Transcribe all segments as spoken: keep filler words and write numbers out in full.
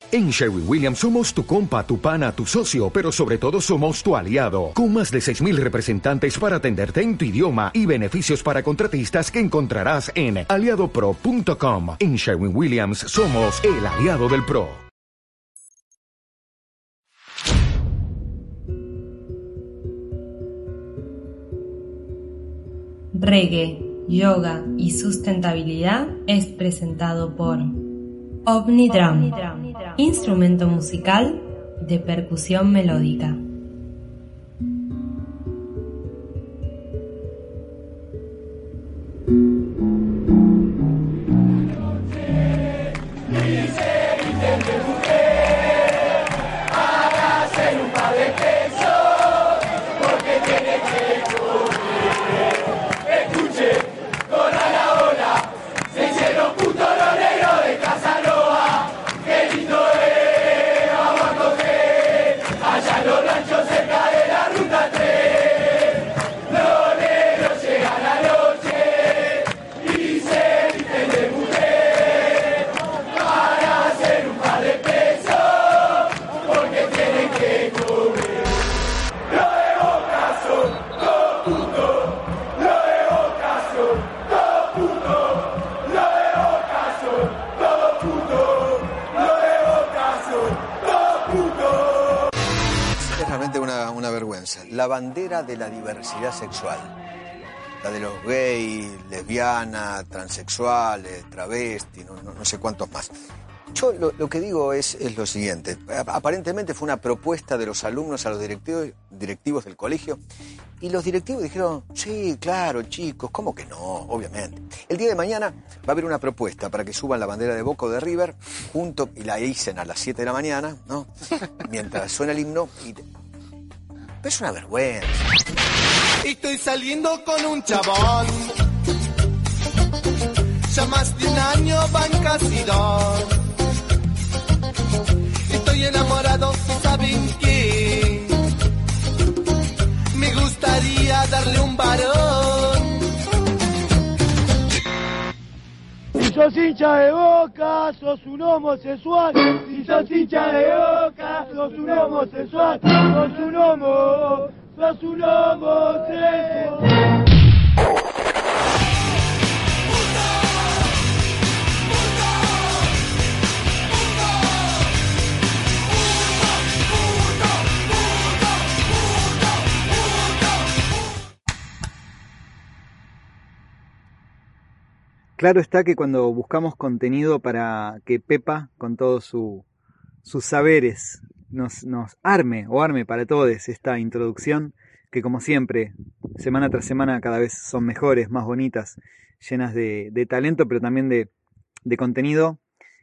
En Sherwin-Williams somos tu compa, tu pana, tu socio, pero sobre todo somos tu aliado, con más de seis mil representantes para atenderte en tu idioma y beneficios para contratistas que encontrarás en aliado pro punto com. En Sherwin-Williams somos el aliado del pro. Reggae, yoga y sustentabilidad es presentado por Omnidrum, instrumento musical de percusión melódica. La bandera de la diversidad sexual, la de los gays, lesbianas, transexuales, travestis, no, no, no sé cuántos más. Yo lo, lo que digo es, es lo siguiente, aparentemente fue una propuesta de los alumnos a los directivos, directivos del colegio, y los directivos dijeron, sí, claro, chicos, ¿cómo que no? Obviamente. El día de mañana va a haber una propuesta para que suban la bandera de Boca o de River, junto, y la hicen a las siete de la mañana, ¿no? Mientras suena el himno, y es una vergüenza. Estoy saliendo con un chabón. Ya más de un año van casi dos. Estoy enamorado y ¿saben qué? Me gustaría darle un varón. Si sos hincha de Boca, sos un homosexual. Si sos hincha de Boca, sos un homosexual. Sos un homo, sos un homosexual. Claro está que cuando buscamos contenido para que Pepa, con todos su, sus saberes, nos, nos arme o arme para todos esta introducción, que como siempre, semana tras semana cada vez son mejores, más bonitas, llenas de, de talento, pero también de, de contenido,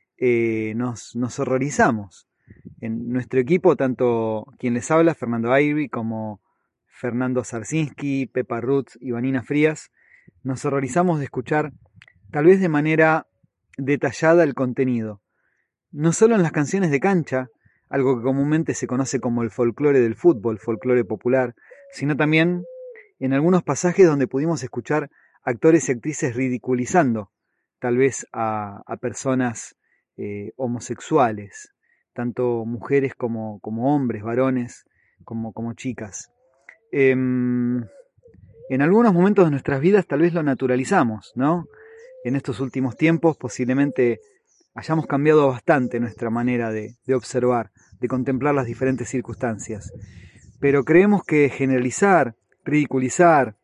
eh, nos, nos horrorizamos. En nuestro equipo, tanto quien les habla, Fernando Ivy, como Fernando Sarsinski, Pepa Roots y Vanina Frías, nos horrorizamos de escuchar tal vez de manera detallada el contenido, no solo en las canciones de cancha, algo que comúnmente se conoce como el folclore del fútbol, folclore popular, sino también en algunos pasajes donde pudimos escuchar actores y actrices ridiculizando tal vez a, a personas eh, homosexuales, tanto mujeres como, como hombres, varones, como, como chicas. Eh, en algunos momentos de nuestras vidas tal vez lo naturalizamos, ¿no? En estos últimos tiempos posiblemente hayamos cambiado bastante nuestra manera de, de observar, de contemplar las diferentes circunstancias. Pero creemos que generalizar, ridiculizar,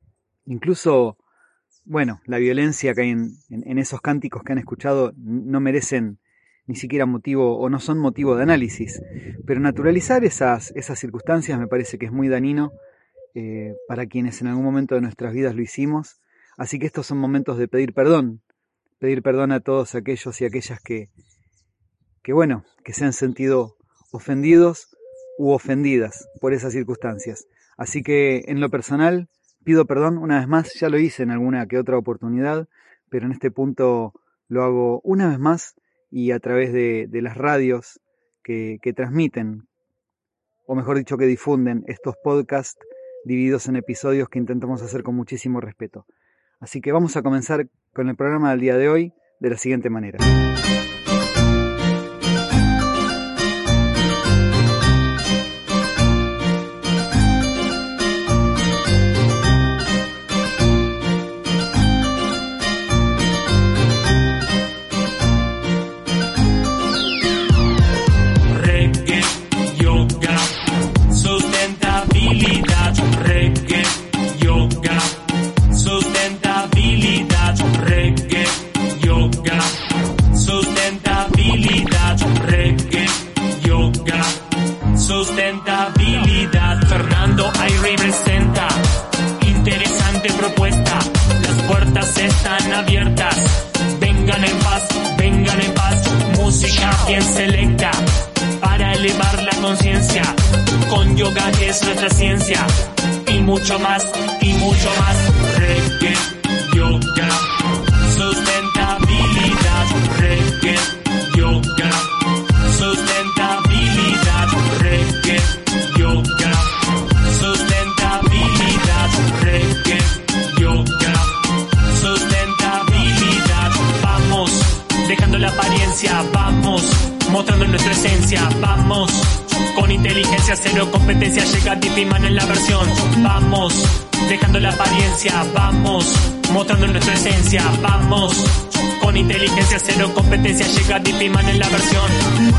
incluso, bueno, la violencia que hay en, en, en esos cánticos que han escuchado no merecen ni siquiera motivo o no son motivo de análisis. Pero naturalizar esas, esas circunstancias me parece que es muy dañino eh, para quienes en algún momento de nuestras vidas lo hicimos. Así que estos son momentos de pedir perdón, pedir perdón a todos aquellos y aquellas que, que bueno, que se han sentido ofendidos u ofendidas por esas circunstancias. Así que en lo personal pido perdón una vez más, ya lo hice en alguna que otra oportunidad, pero en este punto lo hago una vez más y a través de, de las radios que, que transmiten, o mejor dicho que difunden estos podcasts divididos en episodios que intentamos hacer con muchísimo respeto. Así que vamos a comenzar con el programa del día de hoy de la siguiente manera. bien selecta para elevar la conciencia. Con yoga es nuestra ciencia y mucho más, y mucho más. Reggae, yoga, sustentabilidad. Reggae, yoga, sustentabilidad. Reggae, yoga, sustentabilidad. Reggae, yoga, sustentabilidad. Vamos, dejando la apariencia, vamos, mostrando nuestra esencia, vamos. Con inteligencia, cero competencia, llega Dipiman en la versión. Vamos, dejando la apariencia, vamos, mostrando nuestra esencia, vamos. Con inteligencia, cero competencia, llega Dipiman en la versión.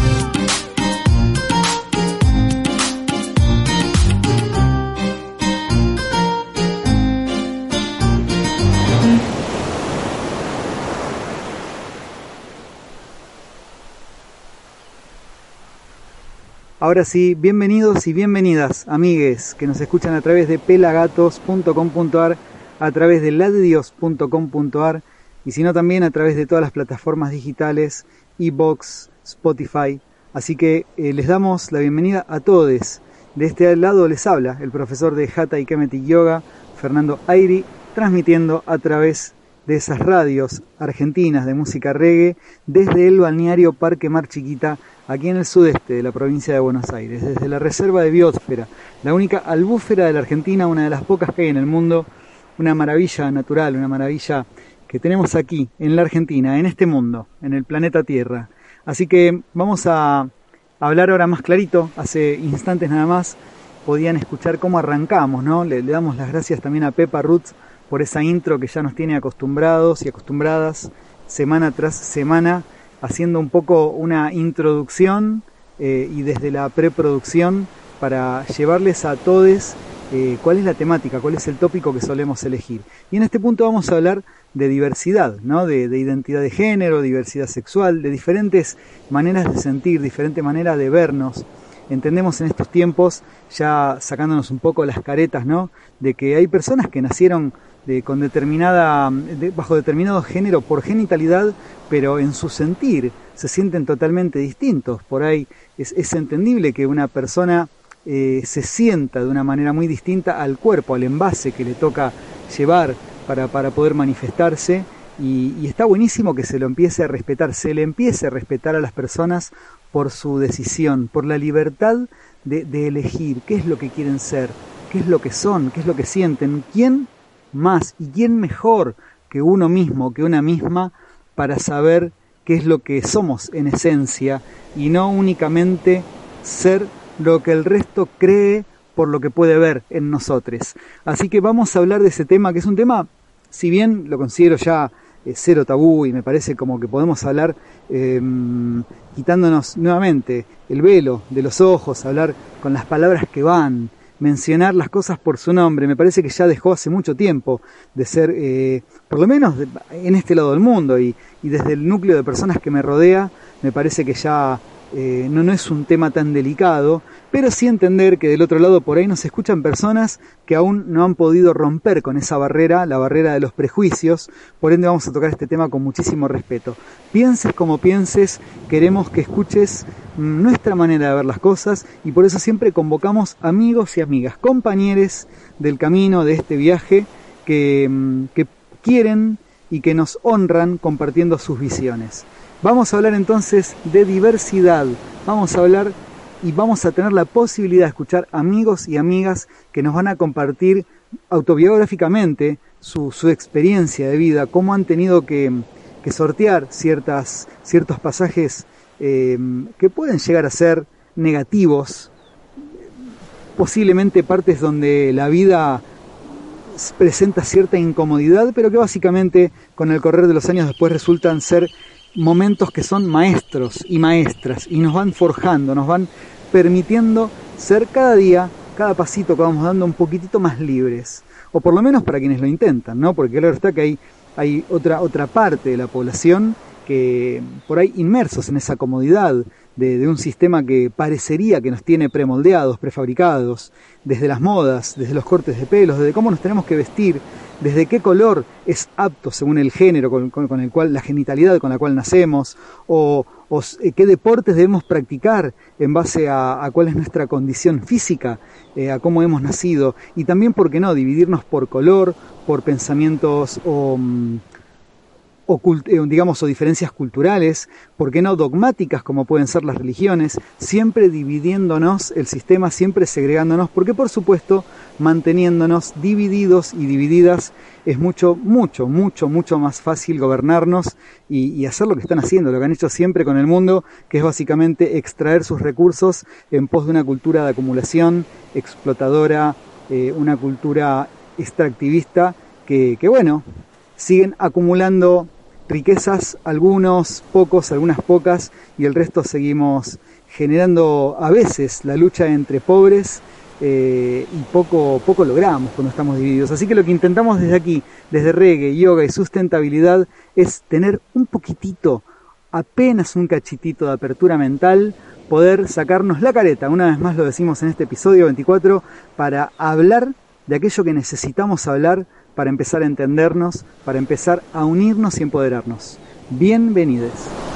Ahora sí, bienvenidos y bienvenidas, amigues, que nos escuchan a través de pelagatos punto com punto ar, a través de ladedios punto com punto ar y si no también a través de todas las plataformas digitales, iVoox, Spotify. Así que eh, les damos la bienvenida a todos. De este lado les habla el profesor de Hatha y Kemetic Yoga, Fernando Ayri, transmitiendo a través de esas radios argentinas de música reggae desde el balneario Parque Mar Chiquita, aquí en el sudeste de la provincia de Buenos Aires, desde la reserva de biosfera, la única albúfera de la Argentina, una de las pocas que hay en el mundo, una maravilla natural, una maravilla que tenemos aquí en la Argentina, en este mundo, en el planeta Tierra. Así que vamos a hablar ahora más clarito. Hace instantes nada más podían escuchar cómo arrancamos, ¿no? Le, le damos las gracias también a Pepa Roots por esa intro que ya nos tiene acostumbrados y acostumbradas semana tras semana, haciendo un poco una introducción eh, y desde la preproducción para llevarles a todos eh, cuál es la temática, cuál es el tópico que solemos elegir. Y en este punto vamos a hablar de diversidad, ¿no? de, de identidad de género, diversidad sexual, de diferentes maneras de sentir, diferentes maneras de vernos. Entendemos en estos tiempos, ya sacándonos un poco las caretas, ¿no? de que hay personas que nacieron de, con determinada, de, bajo determinado género por genitalidad, pero en su sentir se sienten totalmente distintos. Por ahí es, es entendible que una persona eh, se sienta de una manera muy distinta al cuerpo, al envase que le toca llevar para, para poder manifestarse, y, y está buenísimo que se lo empiece a respetar, se le empiece a respetar a las personas por su decisión, por la libertad de, de elegir qué es lo que quieren ser, qué es lo que son, qué es lo que sienten, quién más y quién mejor que uno mismo, que una misma, para saber qué es lo que somos en esencia y no únicamente ser lo que el resto cree por lo que puede ver en nosotros. Así que vamos a hablar de ese tema, que es un tema, si bien lo considero ya eh, cero tabú y me parece como que podemos hablar eh, quitándonos nuevamente el velo de los ojos, hablar con las palabras que van, mencionar las cosas por su nombre. Me parece que ya dejó hace mucho tiempo de ser, eh, por lo menos de, en este lado del mundo y, y desde el núcleo de personas que me rodea, me parece que ya eh, no, no es un tema tan delicado, pero sí entender que del otro lado por ahí nos escuchan personas que aún no han podido romper con esa barrera, la barrera de los prejuicios. Por ende vamos a tocar este tema con muchísimo respeto. Pienses como pienses, queremos que escuches nuestra manera de ver las cosas, y por eso siempre convocamos amigos y amigas, compañeros del camino de este viaje que, que quieren y que nos honran compartiendo sus visiones. Vamos a hablar entonces de diversidad, vamos a hablar y vamos a tener la posibilidad de escuchar amigos y amigas que nos van a compartir autobiográficamente su, su experiencia de vida, cómo han tenido que, que sortear ciertas, ciertos pasajes eh, que pueden llegar a ser negativos, posiblemente partes donde la vida presenta cierta incomodidad, pero que básicamente con el correr de los años después resultan ser momentos que son maestros y maestras y nos van forjando, nos van permitiendo ser cada día, cada pasito que vamos dando un poquitito más libres, o por lo menos para quienes lo intentan, ¿no? Porque claro está que hay, hay otra, otra parte de la población que por ahí inmersos en esa comodidad de, de un sistema que parecería que nos tiene premoldeados, prefabricados, desde las modas, desde los cortes de pelos, desde cómo nos tenemos que vestir, desde qué color es apto según el género con, con, con el cual, la genitalidad con la cual nacemos, o, o qué deportes debemos practicar en base a, a cuál es nuestra condición física, eh, a cómo hemos nacido, y también, ¿por qué no?, dividirnos por color, por pensamientos o... o digamos o diferencias culturales, ¿por qué no dogmáticas como pueden ser las religiones? Siempre dividiéndonos el sistema, siempre segregándonos, porque por supuesto manteniéndonos divididos y divididas es mucho, mucho, mucho, mucho más fácil gobernarnos y, y hacer lo que están haciendo, lo que han hecho siempre con el mundo, que es básicamente extraer sus recursos en pos de una cultura de acumulación explotadora, eh, una cultura extractivista que, que bueno, siguen acumulando riquezas, algunos pocos, algunas pocas, y el resto seguimos generando a veces la lucha entre pobres eh, y poco, poco logramos cuando estamos divididos. Así que lo que intentamos desde aquí, desde reggae, yoga y sustentabilidad, es tener un poquitito, apenas un cachitito de apertura mental, poder sacarnos la careta, una vez más lo decimos en este episodio veinticuatro, para hablar de aquello que necesitamos hablar, para empezar a entendernos, para empezar a unirnos y empoderarnos. Bienvenidos.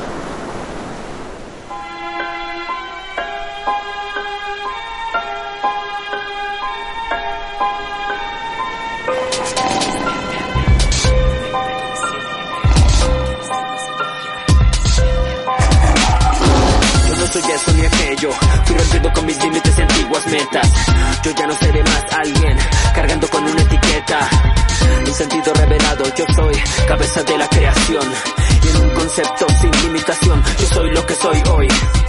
Yo no soy eso ni aquello, fui rompiendo con mis límites y antiguas metas. Yo ya no seré más alguien cargando con una etiqueta. En sentido revelado, yo soy cabeza de la creación, y en un concepto sin limitación, yo soy lo que soy hoy.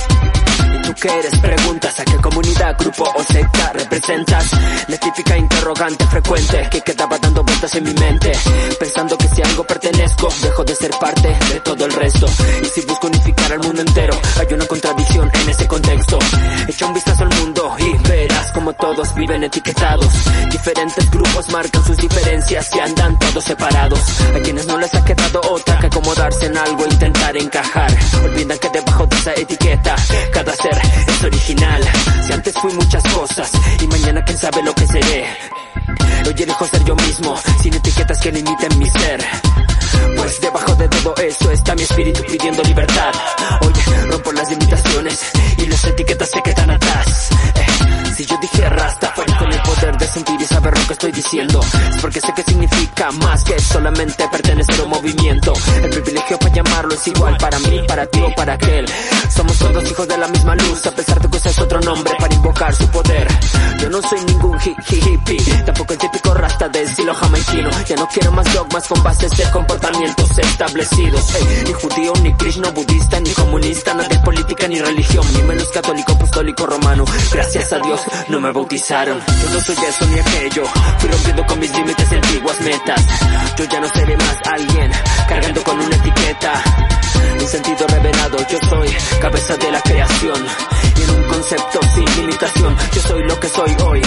¿Y tú qué eres? Preguntas a qué comunidad, grupo o secta representas. La típica interrogante frecuente que quedaba dando vueltas en mi mente, pensando que si a algo pertenezco, dejo de ser parte de todo el resto. Y si busco unificar al mundo entero, hay una contradicción en ese contexto. Echa un vistazo al mundo y verás como todos viven etiquetados. Diferentes grupos marcan sus diferencias y andan todos separados. A quienes no les ha quedado otra que acomodarse en algo e intentar encajar. Olvidan que debajo de esa etiqueta cada ser es original. Si antes fui muchas cosas y mañana quién sabe lo que seré. Hoy elijo ser yo mismo, sin etiquetas que limiten mi ser. Pues debajo de todo eso está mi espíritu pidiendo libertad. Hoy rompo las limitaciones y las etiquetas se quedan atrás. eh, Si yo dije rasta, fue con el poder de sentir y saber lo que estoy diciendo. Es porque sé que significa más que solamente pertenecer a un movimiento. El privilegio para llamarlo es igual para mí, para ti o para aquel. Somos todos hijos de la misma luz, a pesar de que uses otro nombre para invocar su poder. Yo no soy ningún hi hi hippie, tampoco el típico rasta de estilo jamaiquino. Ya no quiero más dogmas con bases de comportamientos establecidos. Hey, ni judío, ni krishna, budista, ni comunista, nada de política ni religión, ni menos católico, apostólico, romano. Gracias a Dios no me bautizaron. Yo no soy eso ni aquello, fui rompiendo con mis límites y antiguas metas. Yo ya no seré más alguien cargando con una etiqueta. En sentido revelado, yo soy cabeza de la creación, y en un concepto sin limitación, yo soy lo que soy hoy.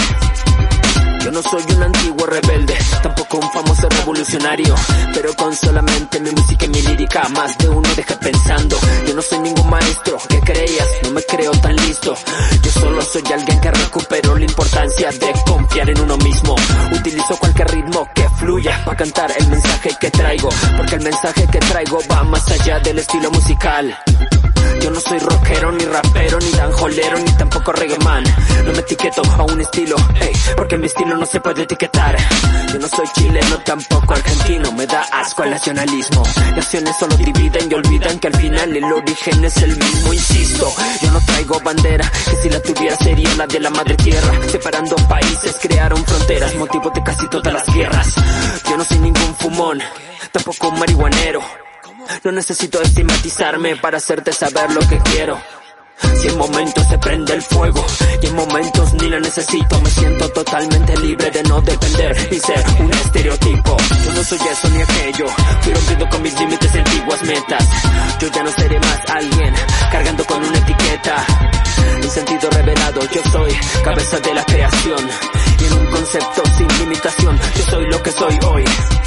Yo no soy un antiguo rebelde, tampoco un famoso revolucionario, pero con solamente mi música y mi lírica más de uno deja pensando. Yo no soy ningún maestro que creías, no me creo tan listo. Yo solo soy alguien que recuperó la importancia de confiar en uno mismo. Utilizo cualquier ritmo que fluya para cantar el mensaje que traigo, porque el mensaje que traigo va más allá del estilo musical. Yo no soy rockero, ni rapero, ni danjolero, ni tampoco reggae man. No me etiqueto a un estilo, hey, porque mi estilo no se puede etiquetar. Yo no soy chileno, tampoco argentino, me da asco el nacionalismo. Naciones solo dividen y olvidan que al final el origen es el mismo, insisto. Yo no traigo bandera, que si la tuviera sería la de la madre tierra. Separando países, crearon fronteras, motivo de casi todas las guerras. Yo no soy ningún fumón, tampoco un marihuanero. No necesito estigmatizarme para hacerte saber lo que quiero. Si en momentos se prende el fuego y en momentos ni lo necesito, me siento totalmente libre de no depender ni ser un estereotipo. Yo no soy eso ni aquello, fui rompiendo con mis límites y antiguas metas. Yo ya no seré más alguien cargando con una etiqueta. En sentido revelado, yo soy cabeza de la creación, y en un concepto sin limitación, yo soy lo que soy hoy.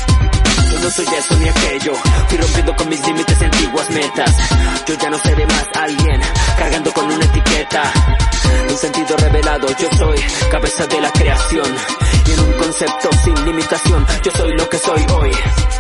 Yo no soy eso ni aquello, fui rompiendo con mis límites y antiguas metas. Yo ya no seré más alguien cargando con una etiqueta. En sentido revelado, yo soy cabeza de la creación, Tiene un concepto sin limitación, yo soy lo que soy hoy.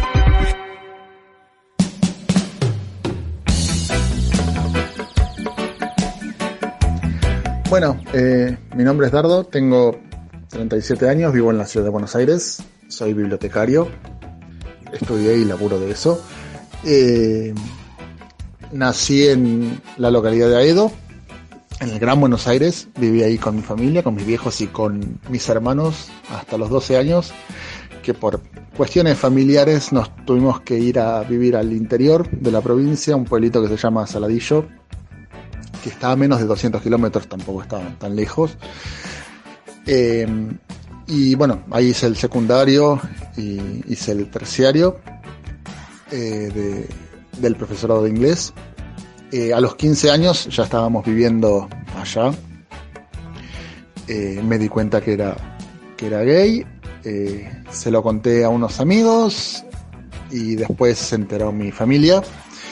Bueno, eh, mi nombre es Dardo, tengo treinta y siete años, vivo en la ciudad de Buenos Aires, soy bibliotecario, estudié y laburo de eso. Eh, nací en la localidad de Aedo, en el Gran Buenos Aires, viví ahí con mi familia, con mis viejos y con mis hermanos hasta los doce años, que por cuestiones familiares nos tuvimos que ir a vivir al interior de la provincia, un pueblito que se llama Saladillo, que está a menos de doscientos kilómetros, tampoco está tan lejos. Eh, y bueno, ahí hice el secundario y hice el terciario eh, de, del profesorado de inglés. Eh, a los quince años ya estábamos viviendo allá. Eh, me di cuenta que era, que era gay. Eh, se lo conté a unos amigos y después se enteró mi familia.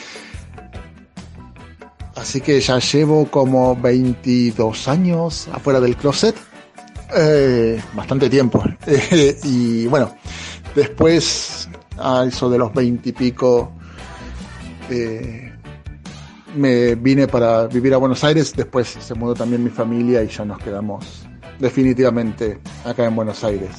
Así que ya llevo como veintidós años afuera del closet. Eh, bastante tiempo. Eh, y bueno, después, a eso de los veinte y pico, eh, me vine para vivir a Buenos Aires. Después se mudó también mi familia y ya nos quedamos definitivamente acá en Buenos Aires.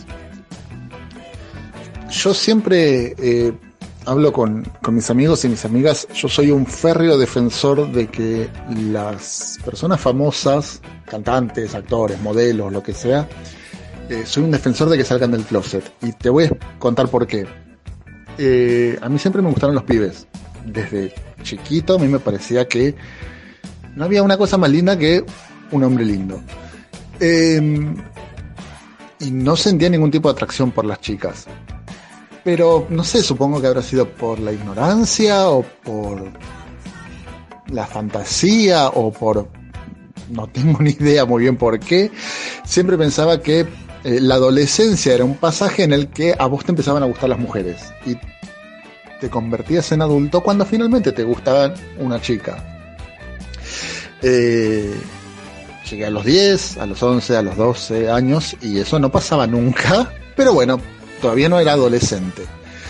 Yo siempre... Eh, hablo con, con mis amigos y mis amigas, yo soy un férreo defensor de que las personas famosas, cantantes, actores, modelos, lo que sea, eh, soy un defensor de que salgan del closet. Y te voy a contar por qué. Eh, a mí siempre me gustaron los pibes. Desde chiquito a mí me parecía que no había una cosa más linda que un hombre lindo. Eh, y no sentía ningún tipo de atracción por las chicas. Pero no sé, supongo que habrá sido por la ignorancia o por la fantasía o por... no tengo ni idea muy bien por qué. Siempre pensaba que eh, la adolescencia era un pasaje en el que a vos te empezaban a gustar las mujeres y te convertías en adulto cuando finalmente te gustaba una chica. Eh, llegué a los diez, a los once, a los doce años y eso no pasaba nunca, pero bueno, todavía no era adolescente.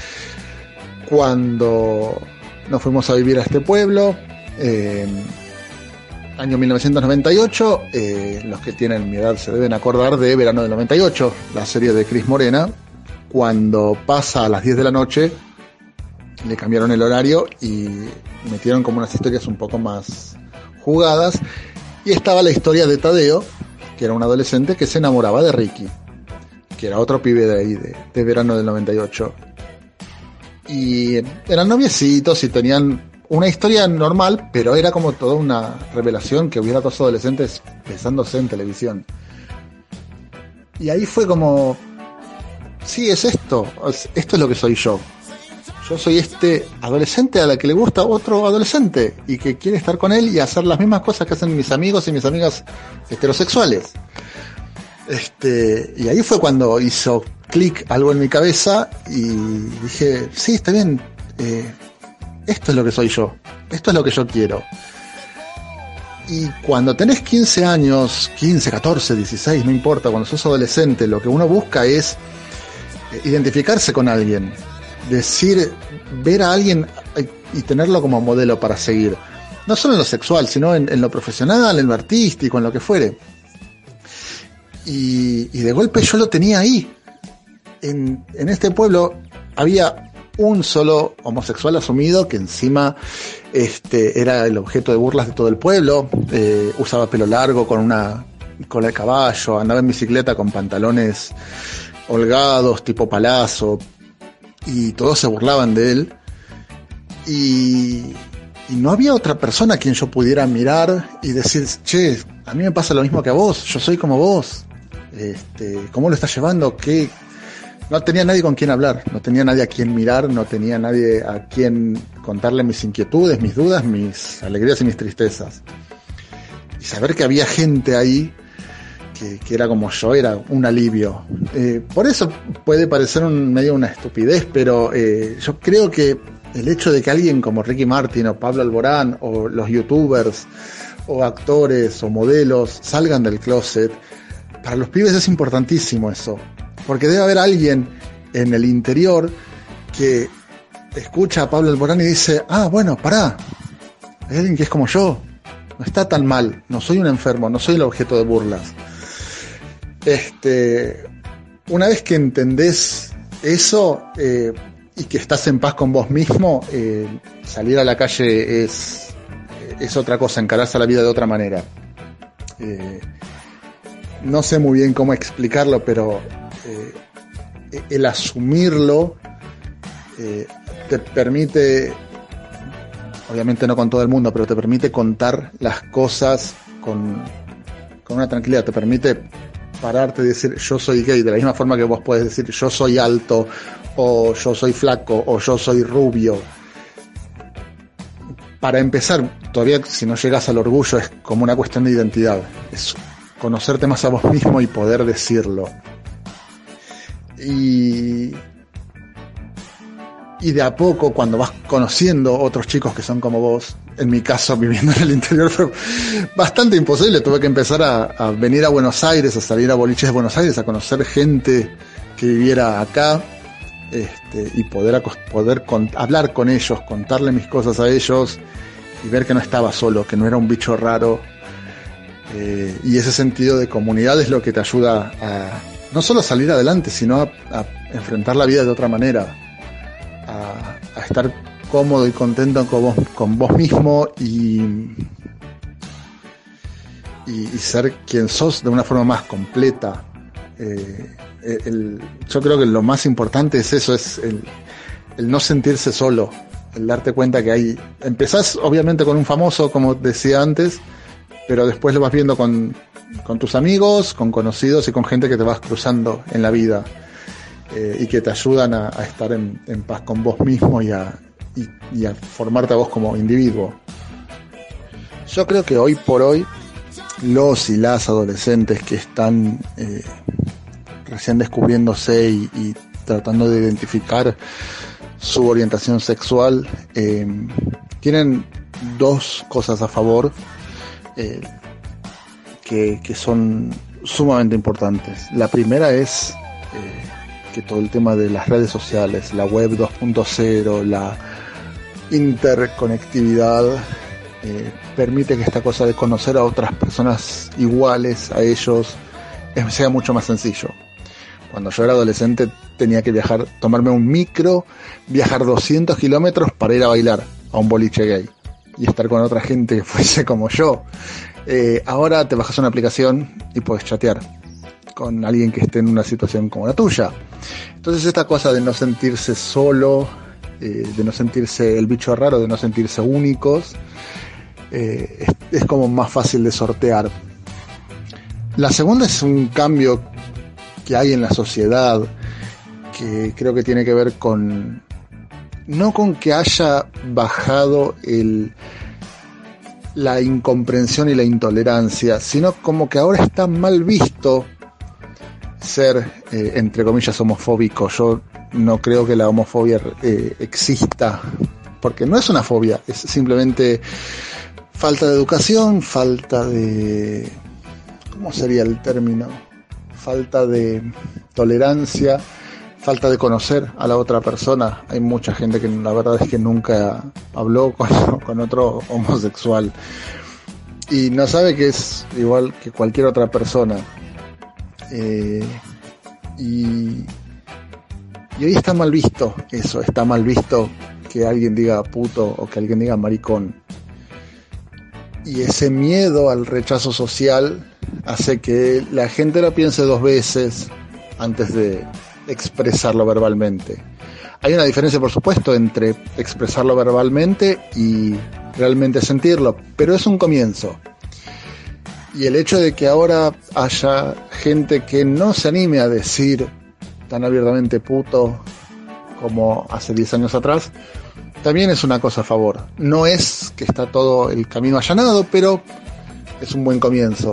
Cuando nos fuimos a vivir a este pueblo, eh, año mil novecientos noventa y ocho, eh, los que tienen mi edad se deben acordar de Verano del noventa y ocho, la serie de Cris Morena. Cuando pasa a las diez de la noche, le cambiaron el horario y metieron como unas historias un poco más jugadas, y estaba la historia de Tadeo, que era un adolescente que se enamoraba de Ricky, que era otro pibe de ahí, de, de Verano del noventa y ocho. Y eran noviecitos y tenían una historia normal, pero era como toda una revelación que hubiera dos adolescentes besándose en televisión. Y ahí fue como, sí, es esto, esto es lo que soy yo. Yo soy este adolescente a la que le gusta otro adolescente y que quiere estar con él y hacer las mismas cosas que hacen mis amigos y mis amigas heterosexuales. Este, y ahí fue cuando hizo clic algo en mi cabeza y dije, sí, está bien, eh, esto es lo que soy yo, esto es lo que yo quiero. Y cuando tenés quince años, quince, catorce, dieciséis, no importa, cuando sos adolescente, lo que uno busca es identificarse con alguien, decir, ver a alguien y tenerlo como modelo para seguir, no solo en lo sexual, sino en, en lo profesional, en lo artístico, en lo que fuere. Y, y de golpe yo lo tenía ahí. En, en este pueblo había un solo homosexual asumido que encima este, era el objeto de burlas de todo el pueblo. Eh, usaba pelo largo con una cola de caballo, andaba en bicicleta con pantalones holgados tipo Palazzo y todos se burlaban de él. Y, y no había otra persona a quien yo pudiera mirar y decir, che, a mí me pasa lo mismo que a vos, yo soy como vos. Este, ¿cómo lo estás llevando? ¿Qué? No tenía nadie con quien hablar, no tenía nadie a quien mirar, no tenía nadie a quien contarle mis inquietudes, mis dudas, mis alegrías y mis tristezas. Y saber que había gente ahí que, que era como yo era un alivio. Eh, por eso puede parecer un, medio una estupidez, pero eh, yo creo que el hecho de que alguien como Ricky Martin o Pablo Alborán o los youtubers o actores o modelos salgan del closet, para los pibes es importantísimo eso. Porque debe haber alguien en el interior que escucha a Pablo Alborán y dice, ah, bueno, pará, hay alguien que es como yo, no está tan mal, no soy un enfermo, no soy el objeto de burlas. Este, una vez que entendés eso eh, y que estás en paz con vos mismo, eh, salir a la calle es, es otra cosa, encararse a la vida de otra manera. Eh, no sé muy bien cómo explicarlo, pero eh, el asumirlo eh, te permite, obviamente no con todo el mundo, pero te permite contar las cosas con, con una tranquilidad, te permite pararte y decir yo soy gay, de la misma forma que vos podés decir yo soy alto, o yo soy flaco, o yo soy rubio. Para empezar, todavía si no llegas al orgullo es como una cuestión de identidad, es conocerte más a vos mismo y poder decirlo. Y, y de a poco, cuando vas conociendo otros chicos que son como vos, en mi caso viviendo en el interior fue bastante imposible, tuve que empezar a, a venir a Buenos Aires, a salir a boliches de Buenos Aires, a conocer gente que viviera acá, este, y poder, poder con, hablar con ellos, contarle mis cosas a ellos y ver que no estaba solo, que no era un bicho raro. Eh, y ese sentido de comunidad es lo que te ayuda a no solo a salir adelante, sino a, a enfrentar la vida de otra manera, a, a estar cómodo y contento con vos, con vos mismo y, y, y ser quien sos de una forma más completa. Eh, el, yo creo que lo más importante es eso, es el, el no sentirse solo, el darte cuenta que hay, empezás obviamente con un famoso, como decía antes, pero después lo vas viendo con, con tus amigos, con conocidos y con gente que te vas cruzando en la vida, eh, y que te ayudan a, a estar en, en paz con vos mismo y a, y, y a formarte a vos como individuo. Yo creo que hoy por hoy los y las adolescentes que están eh, recién descubriéndose y, y tratando de identificar su orientación sexual eh, tienen dos cosas a favor eh, que, que son sumamente importantes. La primera es eh, que todo el tema de las redes sociales, la web dos punto cero, la interconectividad eh, permite que esta cosa de conocer a otras personas iguales a ellos sea mucho más sencillo. Cuando yo era adolescente tenía que viajar, tomarme un micro, viajar doscientos kilómetros para ir a bailar a un boliche gay y estar con otra gente que fuese como yo. Eh, ahora te bajas una aplicación y puedes chatear con alguien que esté en una situación como la tuya. Entonces esta cosa de no sentirse solo, eh, de no sentirse el bicho raro, de no sentirse únicos, eh, es, es como más fácil de sortear. La segunda es un cambio que hay en la sociedad, que creo que tiene que ver con, no con que haya bajado el, la incomprensión y la intolerancia, sino como que ahora está mal visto ser, eh, entre comillas, homofóbico. Yo no creo que la homofobia eh, exista, porque no es una fobia, es simplemente falta de educación, falta de... ¿cómo sería el término? Falta de tolerancia, falta de conocer a la otra persona. Hay mucha gente que la verdad es que nunca habló con, con otro homosexual y no sabe que es igual que cualquier otra persona. Eh, y, y hoy está mal visto eso, está mal visto que alguien diga puto o que alguien diga maricón. Y ese miedo al rechazo social hace que la gente lo piense dos veces antes de expresarlo verbalmente. Hay una diferencia, por supuesto, entre expresarlo verbalmente y realmente sentirlo, pero es un comienzo. Y el hecho de que ahora haya gente que no se anime a decir tan abiertamente puto como hace diez años atrás, también es una cosa a favor. No es que está todo el camino allanado, pero es un buen comienzo.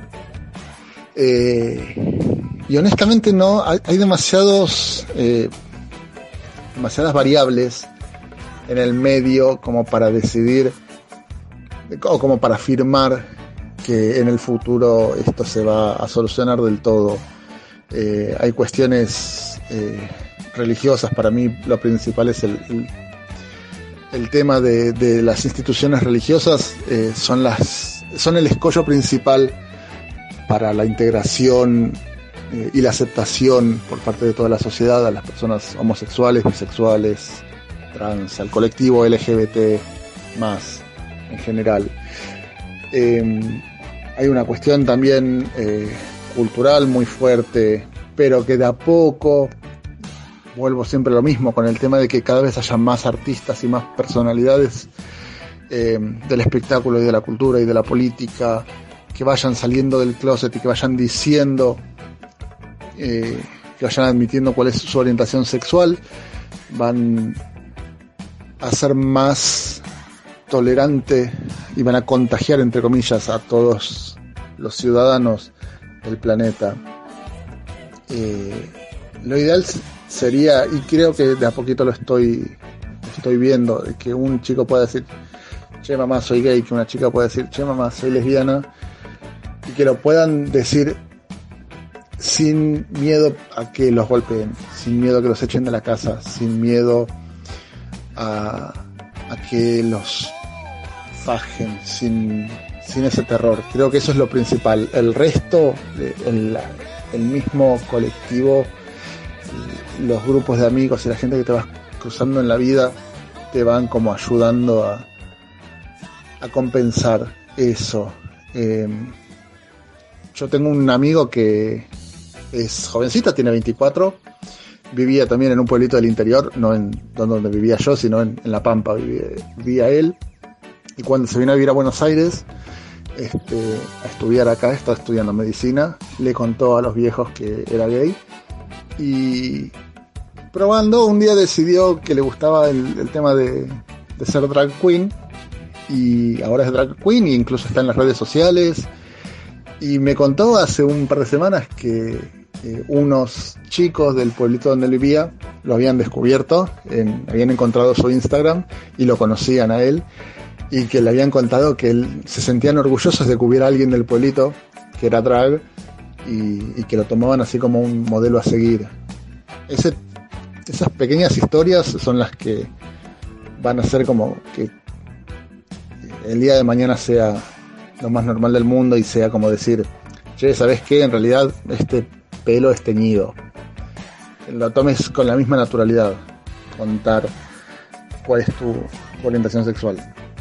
Eh, y honestamente no, hay, hay demasiados, eh, demasiadas variables en el medio como para decidir, o como para afirmar que en el futuro esto se va a solucionar del todo. Eh, hay cuestiones eh, religiosas. Para mí lo principal es el, el, el tema de, de las instituciones religiosas. Eh, son, las, son el escollo principal para la integración eh, y la aceptación por parte de toda la sociedad a las personas homosexuales, bisexuales, trans, al colectivo L G B T más en general. Eh, hay una cuestión también eh, cultural muy fuerte, pero que de a poco, vuelvo siempre a lo mismo, con el tema de que cada vez haya más artistas y más personalidades eh, del espectáculo y de la cultura y de la política, que vayan saliendo del closet y que vayan diciendo, eh, que vayan admitiendo cuál es su orientación sexual, van a ser más tolerante y van a contagiar, entre comillas, a todos los ciudadanos del planeta. Eh, lo ideal sería, y creo que de a poquito lo estoy estoy viendo, que un chico pueda decir, che mamá soy gay, que una chica pueda decir, che mamá soy lesbiana, y que lo puedan decir sin miedo a que los golpeen, sin miedo a que los echen de la casa, sin miedo a, a que los fajen, sin, sin ese terror. Creo que eso es lo principal. El resto, el, el mismo colectivo, los grupos de amigos y la gente que te vas cruzando en la vida te van como ayudando a, a compensar eso. Eh, yo tengo un amigo que es jovencita, tiene veinticuatro, vivía también en un pueblito del interior, no en donde vivía yo, sino en, en La Pampa vivía, vivía él, y cuando se vino a vivir a Buenos Aires este, a estudiar acá, estaba estudiando medicina, le contó a los viejos que era gay, y probando un día decidió que le gustaba el, el tema de, de ser drag queen, y ahora es drag queen e incluso está en las redes sociales. Y me contó hace un par de semanas que eh, unos chicos del pueblito donde él vivía lo habían descubierto, en, habían encontrado su Instagram y lo conocían a él, y que le habían contado que él, se sentían orgullosos de que hubiera alguien del pueblito que era drag y, y que lo tomaban así como un modelo a seguir. Ese, esas pequeñas historias son las que van a hacer como que el día de mañana sea lo más normal del mundo y sea como decir, che, ¿sabes qué? En realidad este pelo es teñido. Lo tomes con la misma naturalidad, contar cuál es tu orientación sexual.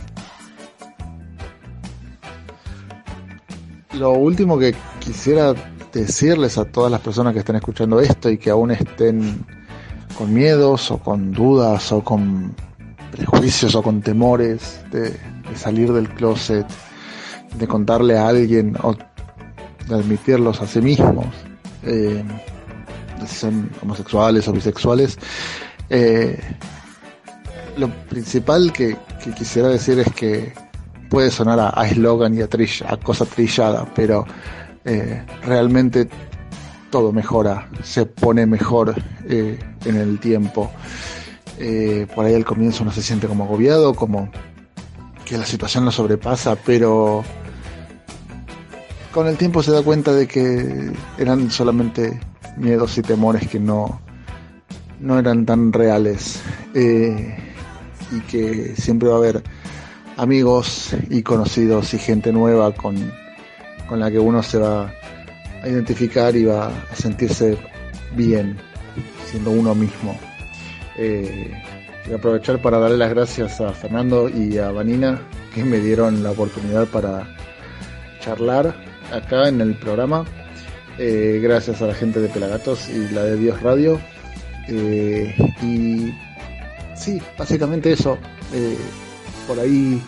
Lo último que quisiera decirles a todas las personas que estén escuchando esto y que aún estén con miedos o con dudas o con prejuicios o con temores de, de salir del closet, de contarle a alguien o de admitirlos a sí mismos, eh, si son homosexuales o bisexuales, eh, lo principal que, que quisiera decir es que puede sonar a eslogan y a, trill, a cosa trillada, pero eh, realmente todo mejora, se pone mejor eh, en el tiempo. Eh, por ahí al comienzo uno se siente como agobiado, como que la situación lo sobrepasa, pero con el tiempo se da cuenta de que eran solamente miedos y temores que no, no eran tan reales, eh, y que siempre va a haber amigos y conocidos y gente nueva con, con la que uno se va a identificar y va a sentirse bien siendo uno mismo. Eh, voy a aprovechar para darle las gracias a Fernando y a Vanina que me dieron la oportunidad para charlar acá en el programa. Eh, gracias a la gente de Pelagatos y la de Dios Radio. Eh, y sí, básicamente eso. Eh, por ahí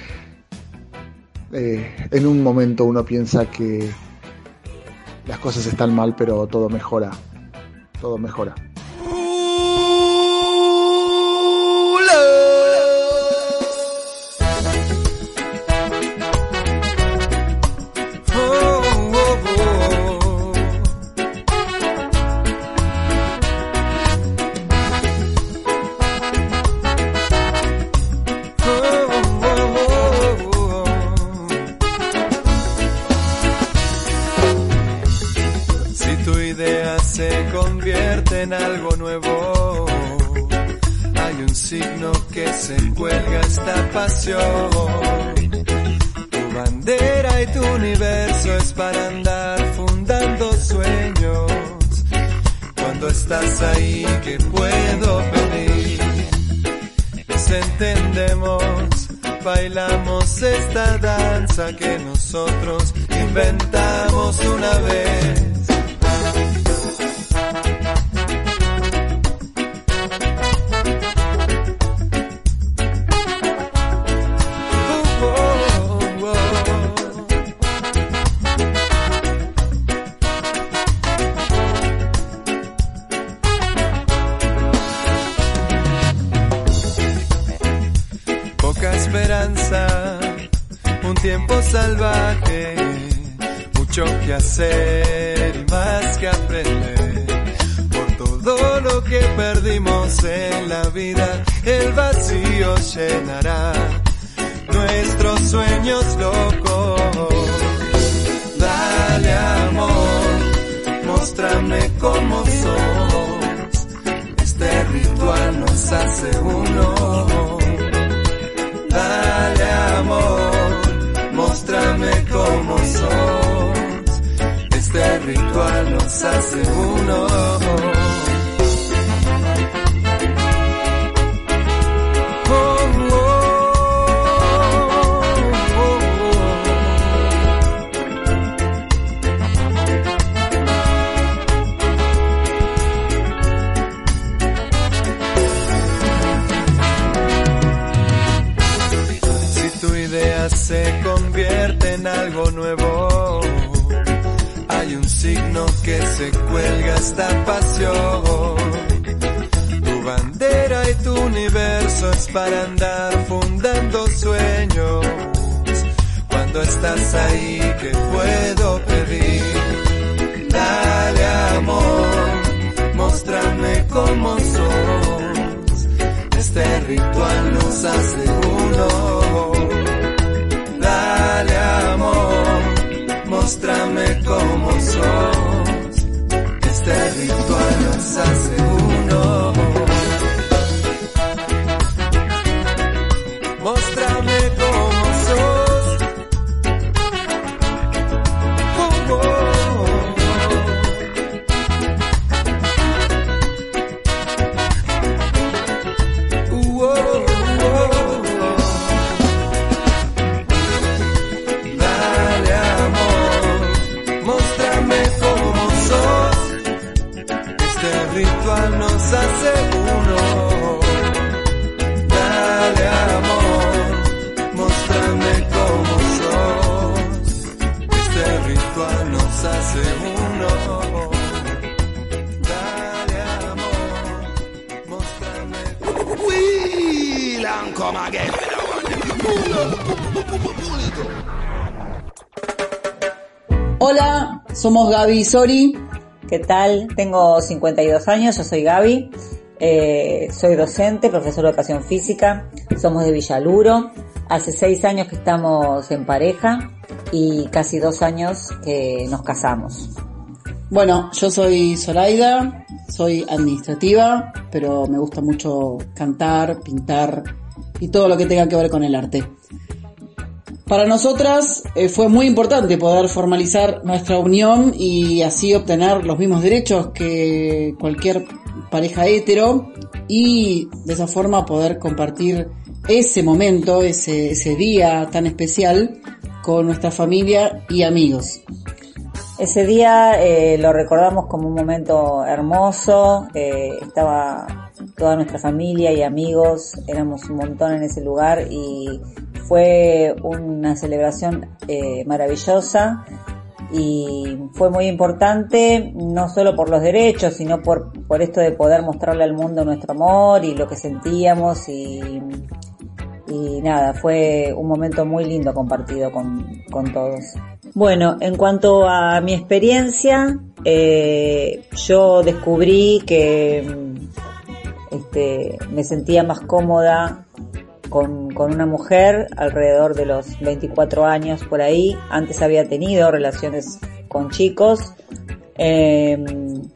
eh, en un momento uno piensa que las cosas están mal, pero todo mejora. Todo mejora. Si tu idea se convierte en algo nuevo. Hay un signo que se cuelga esta pasión. Tu bandera y tu universo es para andar fundando sueños. Cuando estás ahí, ¿qué puedo pedir? Nos entendemos, bailamos esta danza que nosotros inventamos una vez. Un tiempo salvaje, mucho que hacer y más que aprender. Por todo lo que perdimos en la vida, el vacío llenará nuestros sueños locos. Dale amor, móstrame cómo sos. Este ritual nos hace uno. Dale amor, móstrame cómo sos. Este ritual nos hace uno. Se convierte en algo nuevo. Hay un signo que se cuelga esta pasión. Tu bandera y tu universo es para andar fundando sueños. Cuando estás ahí, ¿qué puedo pedir? Dale amor, móstrame cómo sos. Este ritual nos hace uno. Dale amor, móstrame cómo sos. Este ritual nos hace uno. Móstrame cómo sos. Oh, oh, oh. Uh, oh, oh. Ritual nos hace uno. Dale amor, móstrame cómo sos. Este ritual nos hace uno. Dale amor, móstrame. Willan come again. Hola, somos Gaby y Sori. ¿Qué tal? Tengo cincuenta y dos años, yo soy Gaby, eh, soy docente, profesor de educación física, somos de Villaluro, hace seis años que estamos en pareja y casi dos años que nos casamos. Bueno, yo soy Zoraida, soy administrativa, pero me gusta mucho cantar, pintar y todo lo que tenga que ver con el arte. Para nosotras eh, fue muy importante poder formalizar nuestra unión y así obtener los mismos derechos que cualquier pareja hetero y de esa forma poder compartir ese momento, ese, ese día tan especial con nuestra familia y amigos. Ese día eh, lo recordamos como un momento hermoso, eh, estaba toda nuestra familia y amigos, éramos un montón en ese lugar y fue una celebración eh, maravillosa y fue muy importante, no solo por los derechos, sino por, por esto de poder mostrarle al mundo nuestro amor y lo que sentíamos y, y nada, fue un momento muy lindo compartido con, con todos. Bueno, en cuanto a mi experiencia, eh, yo descubrí que este, me sentía más cómoda Con, con una mujer alrededor de los veinticuatro años por ahí. Antes había tenido relaciones con chicos, eh,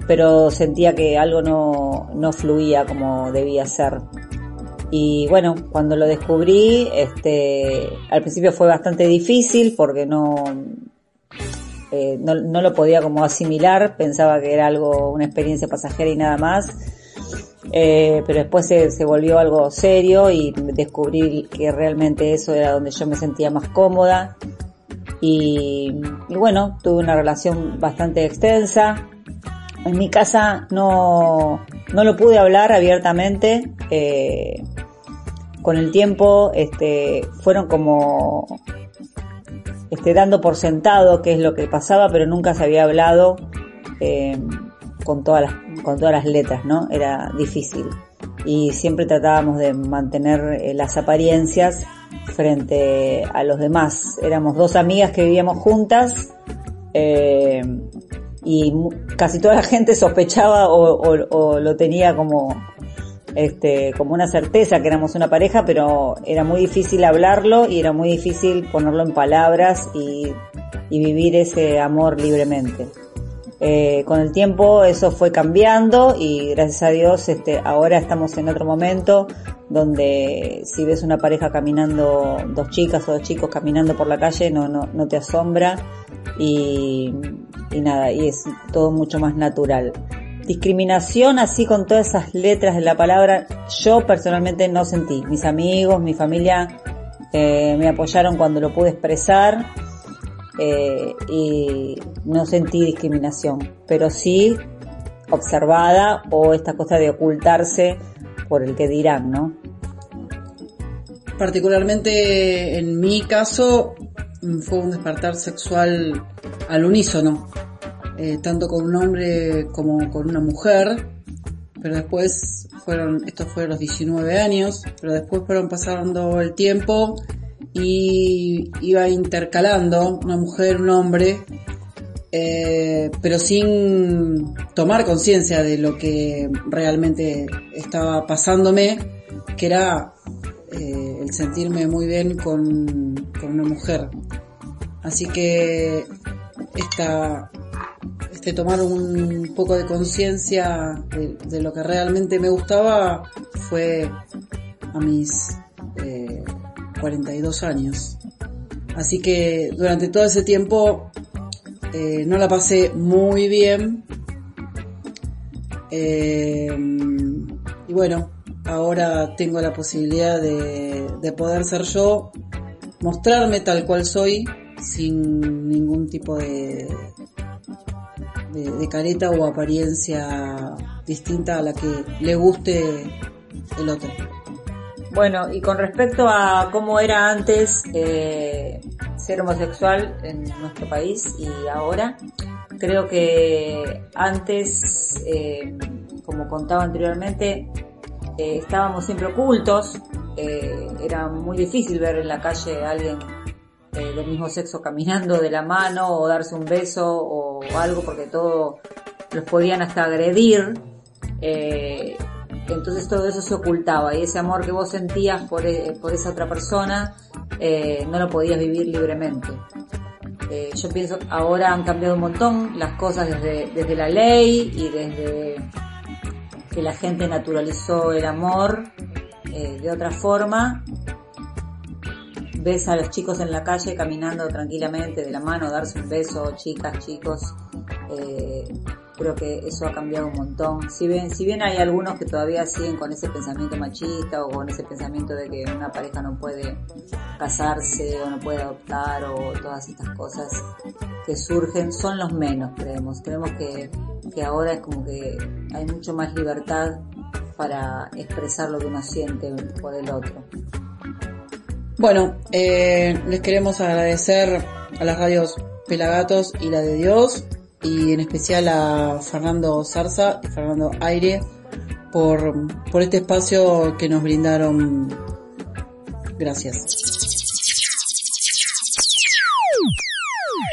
pero sentía que algo no, no fluía como debía ser. Y bueno, cuando lo descubrí, este, al principio fue bastante difícil porque no, eh, no, no lo podía como asimilar, pensaba que era algo, una experiencia pasajera y nada más. Eh, pero después se, se volvió algo serio y descubrí que realmente eso era donde yo me sentía más cómoda. Y, y bueno, tuve una relación bastante extensa. En mi casa no, no lo pude hablar abiertamente. Eh, con el tiempo, este, fueron como, este, dando por sentado qué es lo que pasaba, pero nunca se había hablado, eh, con todas las, con todas las letras, ¿no? Era difícil. Y siempre tratábamos de mantener eh, las apariencias frente a los demás. Éramos dos amigas que vivíamos juntas, eh, y casi toda la gente sospechaba o, o, o lo tenía como este como una certeza que éramos una pareja, pero era muy difícil hablarlo y era muy difícil ponerlo en palabras y, y vivir ese amor libremente. Eh, con el tiempo eso fue cambiando y gracias a Dios este ahora estamos en otro momento donde si ves una pareja caminando, dos chicas o dos chicos caminando por la calle, no no no te asombra y y nada, y es todo mucho más natural. Discriminación así con todas esas letras de la palabra, yo personalmente no sentí. Mis amigos, mi familia eh, me apoyaron cuando lo pude expresar, eh, y no sentí discriminación, pero sí observada o esta cosa de ocultarse por el que dirán, ¿no? Particularmente en mi caso fue un despertar sexual al unísono, eh, tanto con un hombre como con una mujer, pero después fueron, esto fue a los diecinueve años, pero después fueron pasando el tiempo y iba intercalando una mujer, un hombre, eh, pero sin tomar conciencia de lo que realmente estaba pasándome, que era eh, el sentirme muy bien con, con una mujer. Así que esta, este tomar un poco de conciencia de, de lo que realmente me gustaba fue a mis eh, cuarenta y dos años. Así que durante todo ese tiempo eh, no la pasé muy bien. Eh, y bueno, ahora tengo la posibilidad de, de poder ser yo, mostrarme tal cual soy, sin ningún tipo de, de, de careta o apariencia distinta a la que le guste el otro. Bueno, y con respecto a cómo era antes eh, ser homosexual en nuestro país y ahora, creo que antes, eh, como contaba anteriormente, eh, estábamos siempre ocultos, eh, era muy difícil ver en la calle a alguien eh, del mismo sexo caminando de la mano o darse un beso o algo, porque todo los podían hasta agredir. Eh, entonces todo eso se ocultaba y ese amor que vos sentías por, eh, por esa otra persona eh, no lo podías vivir libremente. Eh, yo pienso ahora han cambiado un montón las cosas desde, desde la ley y desde que la gente naturalizó el amor eh, de otra forma. Ves a los chicos en la calle caminando tranquilamente de la mano, darse un beso, chicas, chicos. Eh, creo que eso ha cambiado un montón. Si bien, si bien hay algunos que todavía siguen con ese pensamiento machista o con ese pensamiento de que una pareja no puede casarse o no puede adoptar o todas estas cosas que surgen, son los menos, creemos. Creemos que, que ahora es como que hay mucho más libertad para expresar lo que uno siente por el otro. Bueno, eh, les queremos agradecer a las radios Pelagatos y La de Dios, y en especial a Fernando Zarza y Fernando Aire por, por este espacio que nos brindaron. Gracias.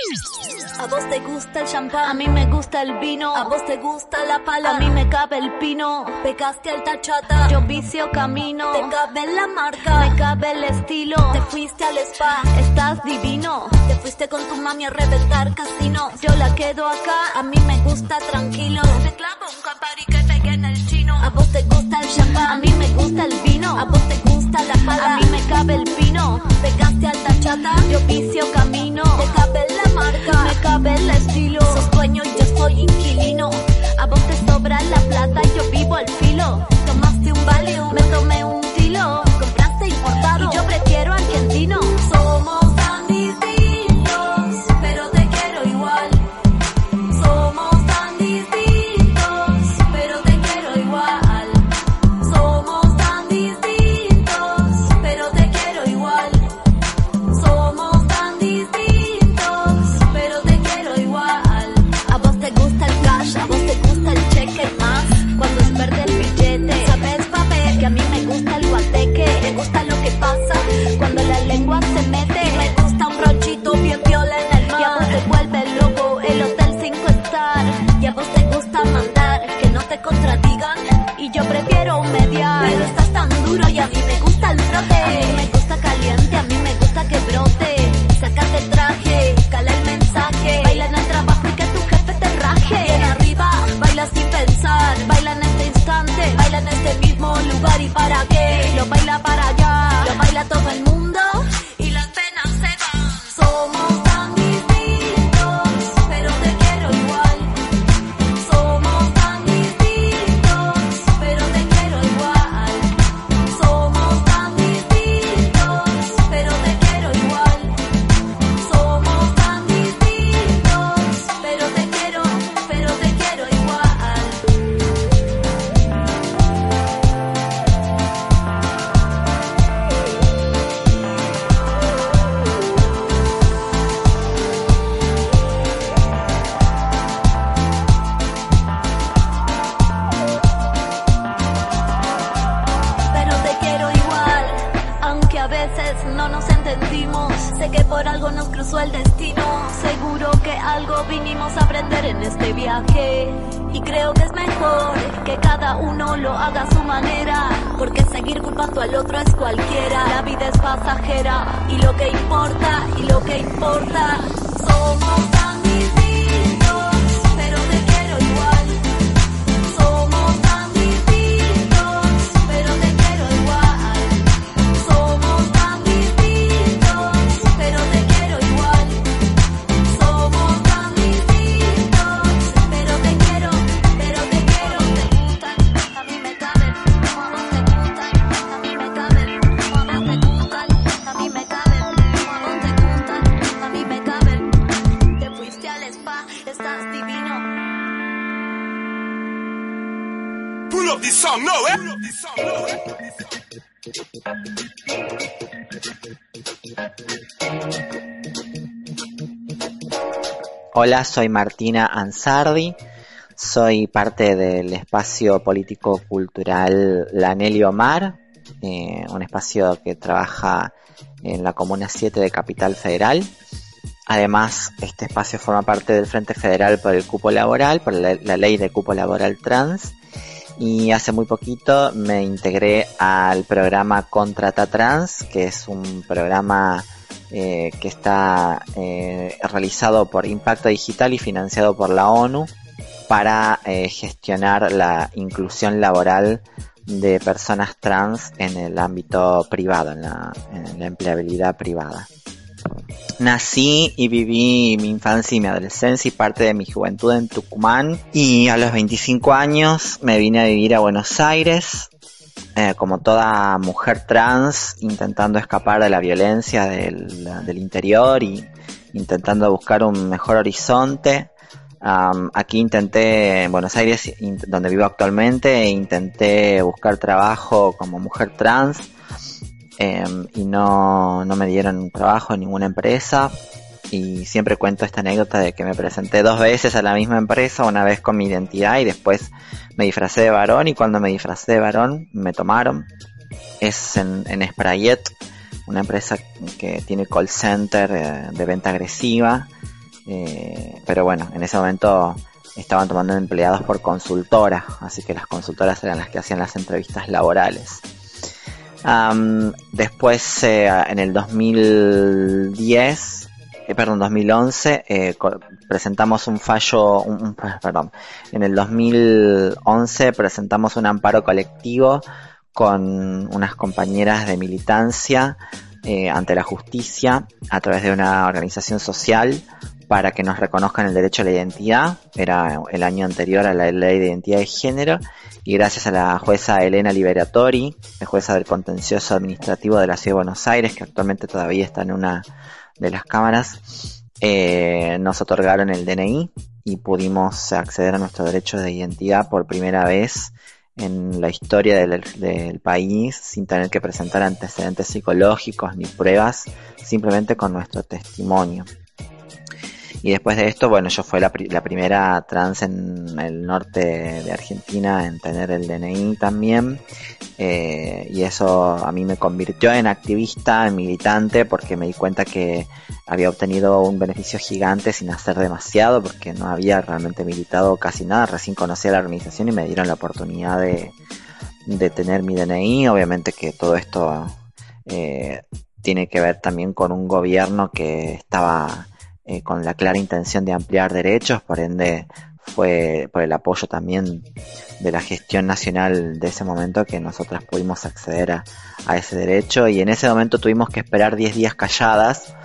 A vos te gusta el champán, a mí me gusta el vino. A vos te gusta la pala, a mí me cabe el pino. Pegaste al tachata, yo vicio camino. Te cabe la marca, me cabe el estilo. Te fuiste al spa, estás divino. Te fuiste con tu mami a reventar casinos. Yo la quedo acá, a mí me gusta tranquilo. Te clavo un campari que pegue en el chino. A vos te gusta el champán, a mí me gusta el vino. A vos te gusta la pala, a mí me cabe el pino. Pegaste al tachata, yo vicio camino. Te cabe la marca, me cabe el estilo. Sos dueño y yo soy inquilino. A vos te sobra la plata y yo vivo al filo. Tomaste un Valium, me tomé un Tilo. Compraste importado y yo prefiero argentino. Somos tan distintos, pero te quiero igual. Somos tan distintos, pero te quiero igual. Somos tan distintos, pero te quiero igual. Somos tan distintos, pero te quiero igual. A vos te gusta el cash, a vos te gusta el cheque más. Cuando es verde el billete, sabes papel que a mí me gusta el guateque. Me gusta lo que pasa cuando la lengua se mete. Y me gusta un brochito bien viola en el mar. Y a vos te vuelve loco el hotel cinco star. Y a vos te gusta mandar que no te contradigan. Y yo prefiero mediar, pero estás tan duro y a mí me gusta el frote. A mí me gusta caliente, a mí me gusta que brote. Sácate el traje, cala el mensaje. Baila en el trabajo y que tu jefe te raje. Bien arriba, baila sin pensar. Baila en este instante, baila en este mismo lugar. ¿Y para qué? Lo baila para allá, lo baila todo el mundo y las penas se van. Somos tan distintos, pero te quiero igual. Somos tan distintos, pero te quiero igual. Somos tan distintos, pero te quiero igual. Somos tan distintos, pero te quiero, pero te quiero igual. Pero te quiero igual, aunque a veces no nos entendimos. Sé que por algo nos cruzó el destino. Seguro que algo vinimos a aprender en este viaje. Y creo que es mejor que cada uno lo haga a su manera. Porque seguir culpando al otro es cualquiera. La vida es pasajera y lo que importa, y lo que importa. Somos tan distintos, pero te quiero igual. Somos tan distintos, pero te quiero igual. Somos tan distintos, pero te quiero igual. Somos tan distintos, pero te quiero, pero te quiero. Te gustan, a mí me caben. Como a vos te gustan, a mí me caben. Como a vos te gustan, a mí me caben. Como a vos te gustan, a mí me caben. Te fuiste al spa, estás divino. Pull up this song, no, eh? Pull up this song, no, eh? Hola, soy Martina Ansardi, soy parte del espacio político-cultural La Nelly Omar, eh, un espacio que trabaja en la Comuna siete de Capital Federal. Además, este espacio forma parte del Frente Federal por el Cupo Laboral, por la, la Ley de Cupo Laboral Trans. Y hace muy poquito me integré al programa Contrata Trans, que es un programa eh, que está eh, realizado por Impacto Digital y financiado por la ONU para eh, gestionar la inclusión laboral de personas trans en el ámbito privado, en la, en la empleabilidad privada. Nací y viví mi infancia y mi adolescencia y parte de mi juventud en Tucumán, y a los veinticinco años me vine a vivir a Buenos Aires, eh, como toda mujer trans, intentando escapar de la violencia del, del interior y intentando buscar un mejor horizonte. Um, aquí intenté, en Buenos Aires, donde vivo actualmente, intenté buscar trabajo como mujer trans. Eh, y no, no me dieron trabajo en ninguna empresa, y siempre cuento esta anécdota de que me presenté dos veces a la misma empresa, una vez con mi identidad y después me disfracé de varón, y cuando me disfracé de varón me tomaron. Es en, en Sprayet, una empresa que tiene call center eh, de venta agresiva, Eh, pero bueno, en ese momento estaban tomando empleados por consultoras, así que las consultoras eran las que hacían las entrevistas laborales. Um, después, eh, en el dos mil diez, eh, perdón, dos mil once, eh, co- presentamos un fallo, un, un, perdón, en el dos mil once presentamos un amparo colectivo con unas compañeras de militancia eh, ante la justicia a través de una organización social para que nos reconozcan el derecho a la identidad. Era el año anterior a la ley de identidad de género, y gracias a la jueza Elena Liberatori, la jueza del contencioso administrativo de la Ciudad de Buenos Aires, que actualmente todavía está en una de las cámaras, eh, nos otorgaron el D N I y pudimos acceder a nuestro derecho de identidad por primera vez en la historia del, del país, sin tener que presentar antecedentes psicológicos ni pruebas, simplemente con nuestro testimonio. Y después de esto, bueno, yo fui la, la primera trans en el norte de Argentina en tener el D N I también, eh, y eso a mí me convirtió en activista, en militante, porque me di cuenta que había obtenido un beneficio gigante sin hacer demasiado, porque no había realmente militado casi nada. Recién conocí a la organización y me dieron la oportunidad de, de tener mi D N I. Obviamente que todo esto eh, tiene que ver también con un gobierno que estaba Eh, con la clara intención de ampliar derechos, por ende fue por el apoyo también de la gestión nacional de ese momento que nosotras pudimos acceder a, a ese derecho, y en ese momento tuvimos que esperar diez días calladas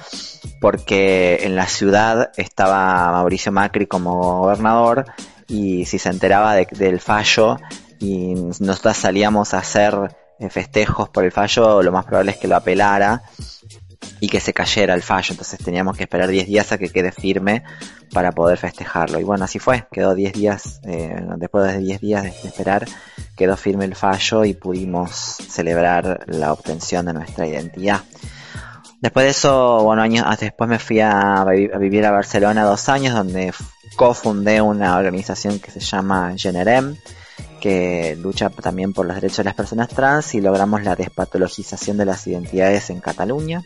porque en la ciudad estaba Mauricio Macri como gobernador, y si se enteraba de, del fallo y nosotras salíamos a hacer eh, festejos por el fallo, lo más probable es que lo apelara y que se cayera el fallo. Entonces teníamos que esperar diez días a que quede firme para poder festejarlo. Y bueno, así fue, quedó diez días, eh, después de diez días de esperar, quedó firme el fallo y pudimos celebrar la obtención de nuestra identidad. Después de eso, bueno, años después me fui a, a vivir a Barcelona dos años, donde cofundé una organización que se llama Generem, que lucha también por los derechos de las personas trans, y logramos la despatologización de las identidades en Cataluña.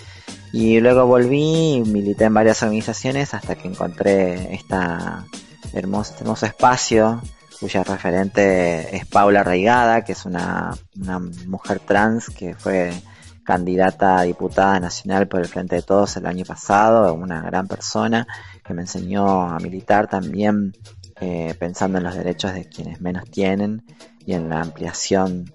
Y luego volví y milité en varias organizaciones hasta que encontré esta hermoso, este hermoso espacio cuya referente es Paula Reigada, que es una, una mujer trans que fue candidata a diputada nacional por el Frente de Todos el año pasado, una gran persona que me enseñó a militar también, eh, pensando en los derechos de quienes menos tienen y en la ampliación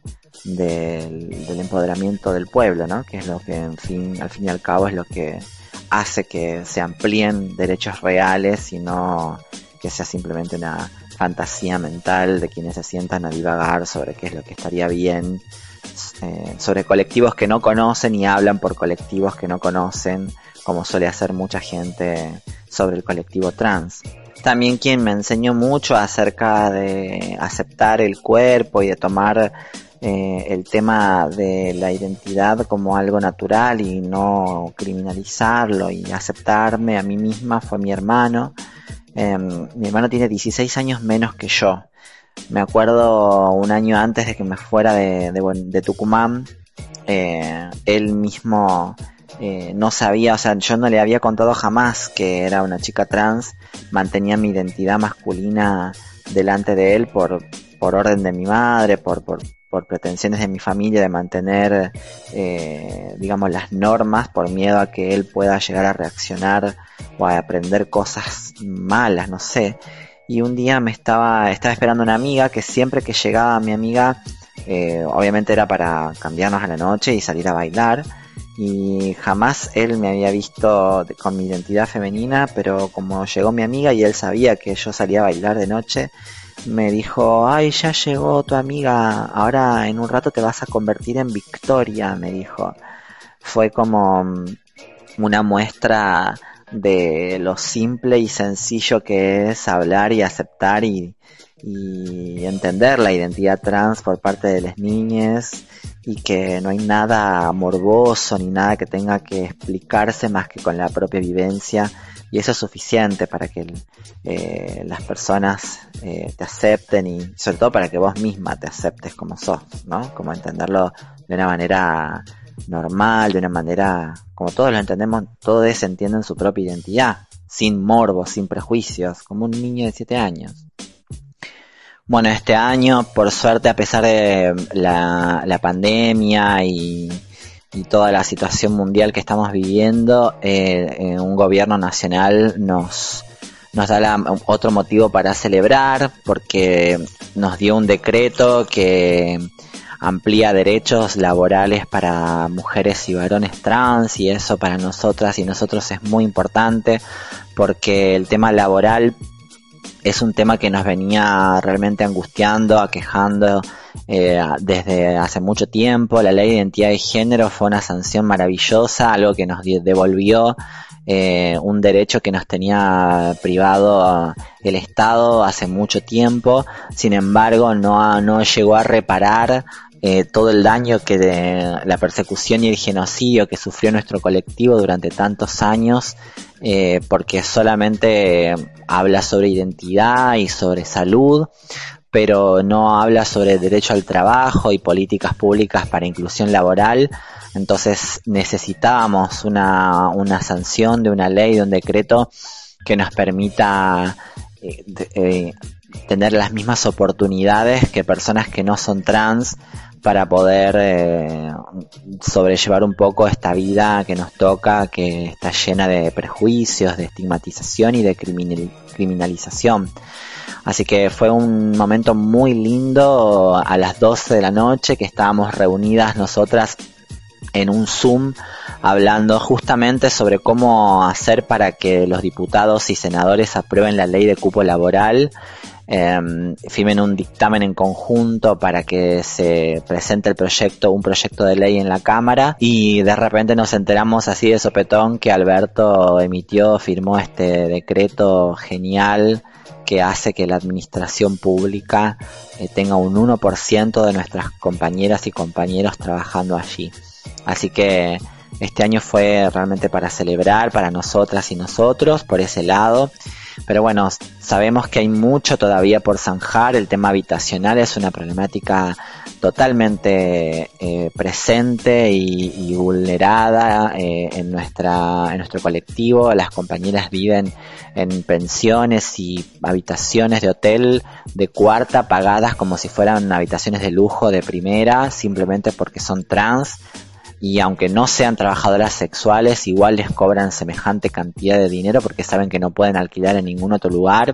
del, del empoderamiento del pueblo, ¿no? Que es lo que, en fin, al fin y al cabo, es lo que hace que se amplíen derechos reales y no que sea simplemente una fantasía mental de quienes se sientan a divagar sobre qué es lo que estaría bien, eh, sobre colectivos que no conocen y hablan por colectivos que no conocen, como suele hacer mucha gente sobre el colectivo trans. También quien me enseñó mucho acerca de aceptar el cuerpo y de tomar eh, el tema de la identidad como algo natural y no criminalizarlo y aceptarme a mí misma fue mi hermano. Eh, mi hermano tiene dieciséis años menos que yo. Me acuerdo un año antes de que me fuera de, de, de Tucumán, eh, él mismo eh, no sabía, o sea, yo no le había contado jamás que era una chica trans, mantenía mi identidad masculina delante de él por, por orden de mi madre, por, por, por pretensiones de mi familia de mantener, eh, digamos, las normas, por miedo a que él pueda llegar a reaccionar o a aprender cosas malas, no sé. Y un día me estaba, estaba esperando una amiga que siempre que llegaba mi amiga, eh, obviamente era para cambiarnos a la noche y salir a bailar. Y jamás él me había visto de, con mi identidad femenina, pero como llegó mi amiga y él sabía que yo salía a bailar de noche, me dijo: ay, ya llegó tu amiga, ahora en un rato te vas a convertir en Victoria, me dijo. Fue como una muestra de lo simple y sencillo que es hablar y aceptar y, y entender la identidad trans por parte de las niñas, y que no hay nada morboso ni nada que tenga que explicarse más que con la propia vivencia, y eso es suficiente para que eh, las personas eh, te acepten, y sobre todo para que vos misma te aceptes como sos, ¿no? Como entenderlo de una manera normal, de una manera como todos lo entendemos, todos entienden su propia identidad, sin morbo, sin prejuicios, como un niño de siete años. Bueno, este año, por suerte, a pesar de la, la pandemia y, y toda la situación mundial que estamos viviendo, eh, eh, un gobierno nacional nos, nos da la, otro motivo para celebrar, porque nos dio un decreto que amplía derechos laborales para mujeres y varones trans, y eso para nosotras y nosotros es muy importante, porque el tema laboral es un tema que nos venía realmente angustiando, aquejando eh, desde hace mucho tiempo. La ley de identidad de género fue una sanción maravillosa, algo que nos devolvió eh, un derecho que nos tenía privado el Estado hace mucho tiempo. Sin embargo, no, no llegó a reparar Eh, todo el daño que de la persecución y el genocidio que sufrió nuestro colectivo durante tantos años, eh, porque solamente habla sobre identidad y sobre salud, pero no habla sobre derecho al trabajo y políticas públicas para inclusión laboral. Entonces necesitábamos una, una sanción de una ley, de un decreto que nos permita eh, de, eh, tener las mismas oportunidades que personas que no son trans, para poder eh, sobrellevar un poco esta vida que nos toca, que está llena de prejuicios, de estigmatización y de criminal, criminalización. Así que fue un momento muy lindo a las doce de la noche que estábamos reunidas nosotras en un Zoom hablando justamente sobre cómo hacer para que los diputados y senadores aprueben la ley de cupo laboral, eh, firmen un dictamen en conjunto para que se presente el proyecto, un proyecto de ley en la Cámara, y de repente nos enteramos así de sopetón que Alberto emitió, firmó este decreto genial que hace que la administración pública eh, tenga un uno por ciento de nuestras compañeras y compañeros trabajando allí. Así que este año fue realmente para celebrar para nosotras y nosotros por ese lado. Pero bueno, sabemos que hay mucho todavía por zanjar. El tema habitacional es una problemática totalmente eh, presente y, y vulnerada eh, en nuestra en nuestro colectivo. Las compañeras viven en pensiones y habitaciones de hotel de cuarta pagadas como si fueran habitaciones de lujo de primera, simplemente porque son trans. Y aunque no sean trabajadoras sexuales, igual les cobran semejante cantidad de dinero porque saben que no pueden alquilar en ningún otro lugar.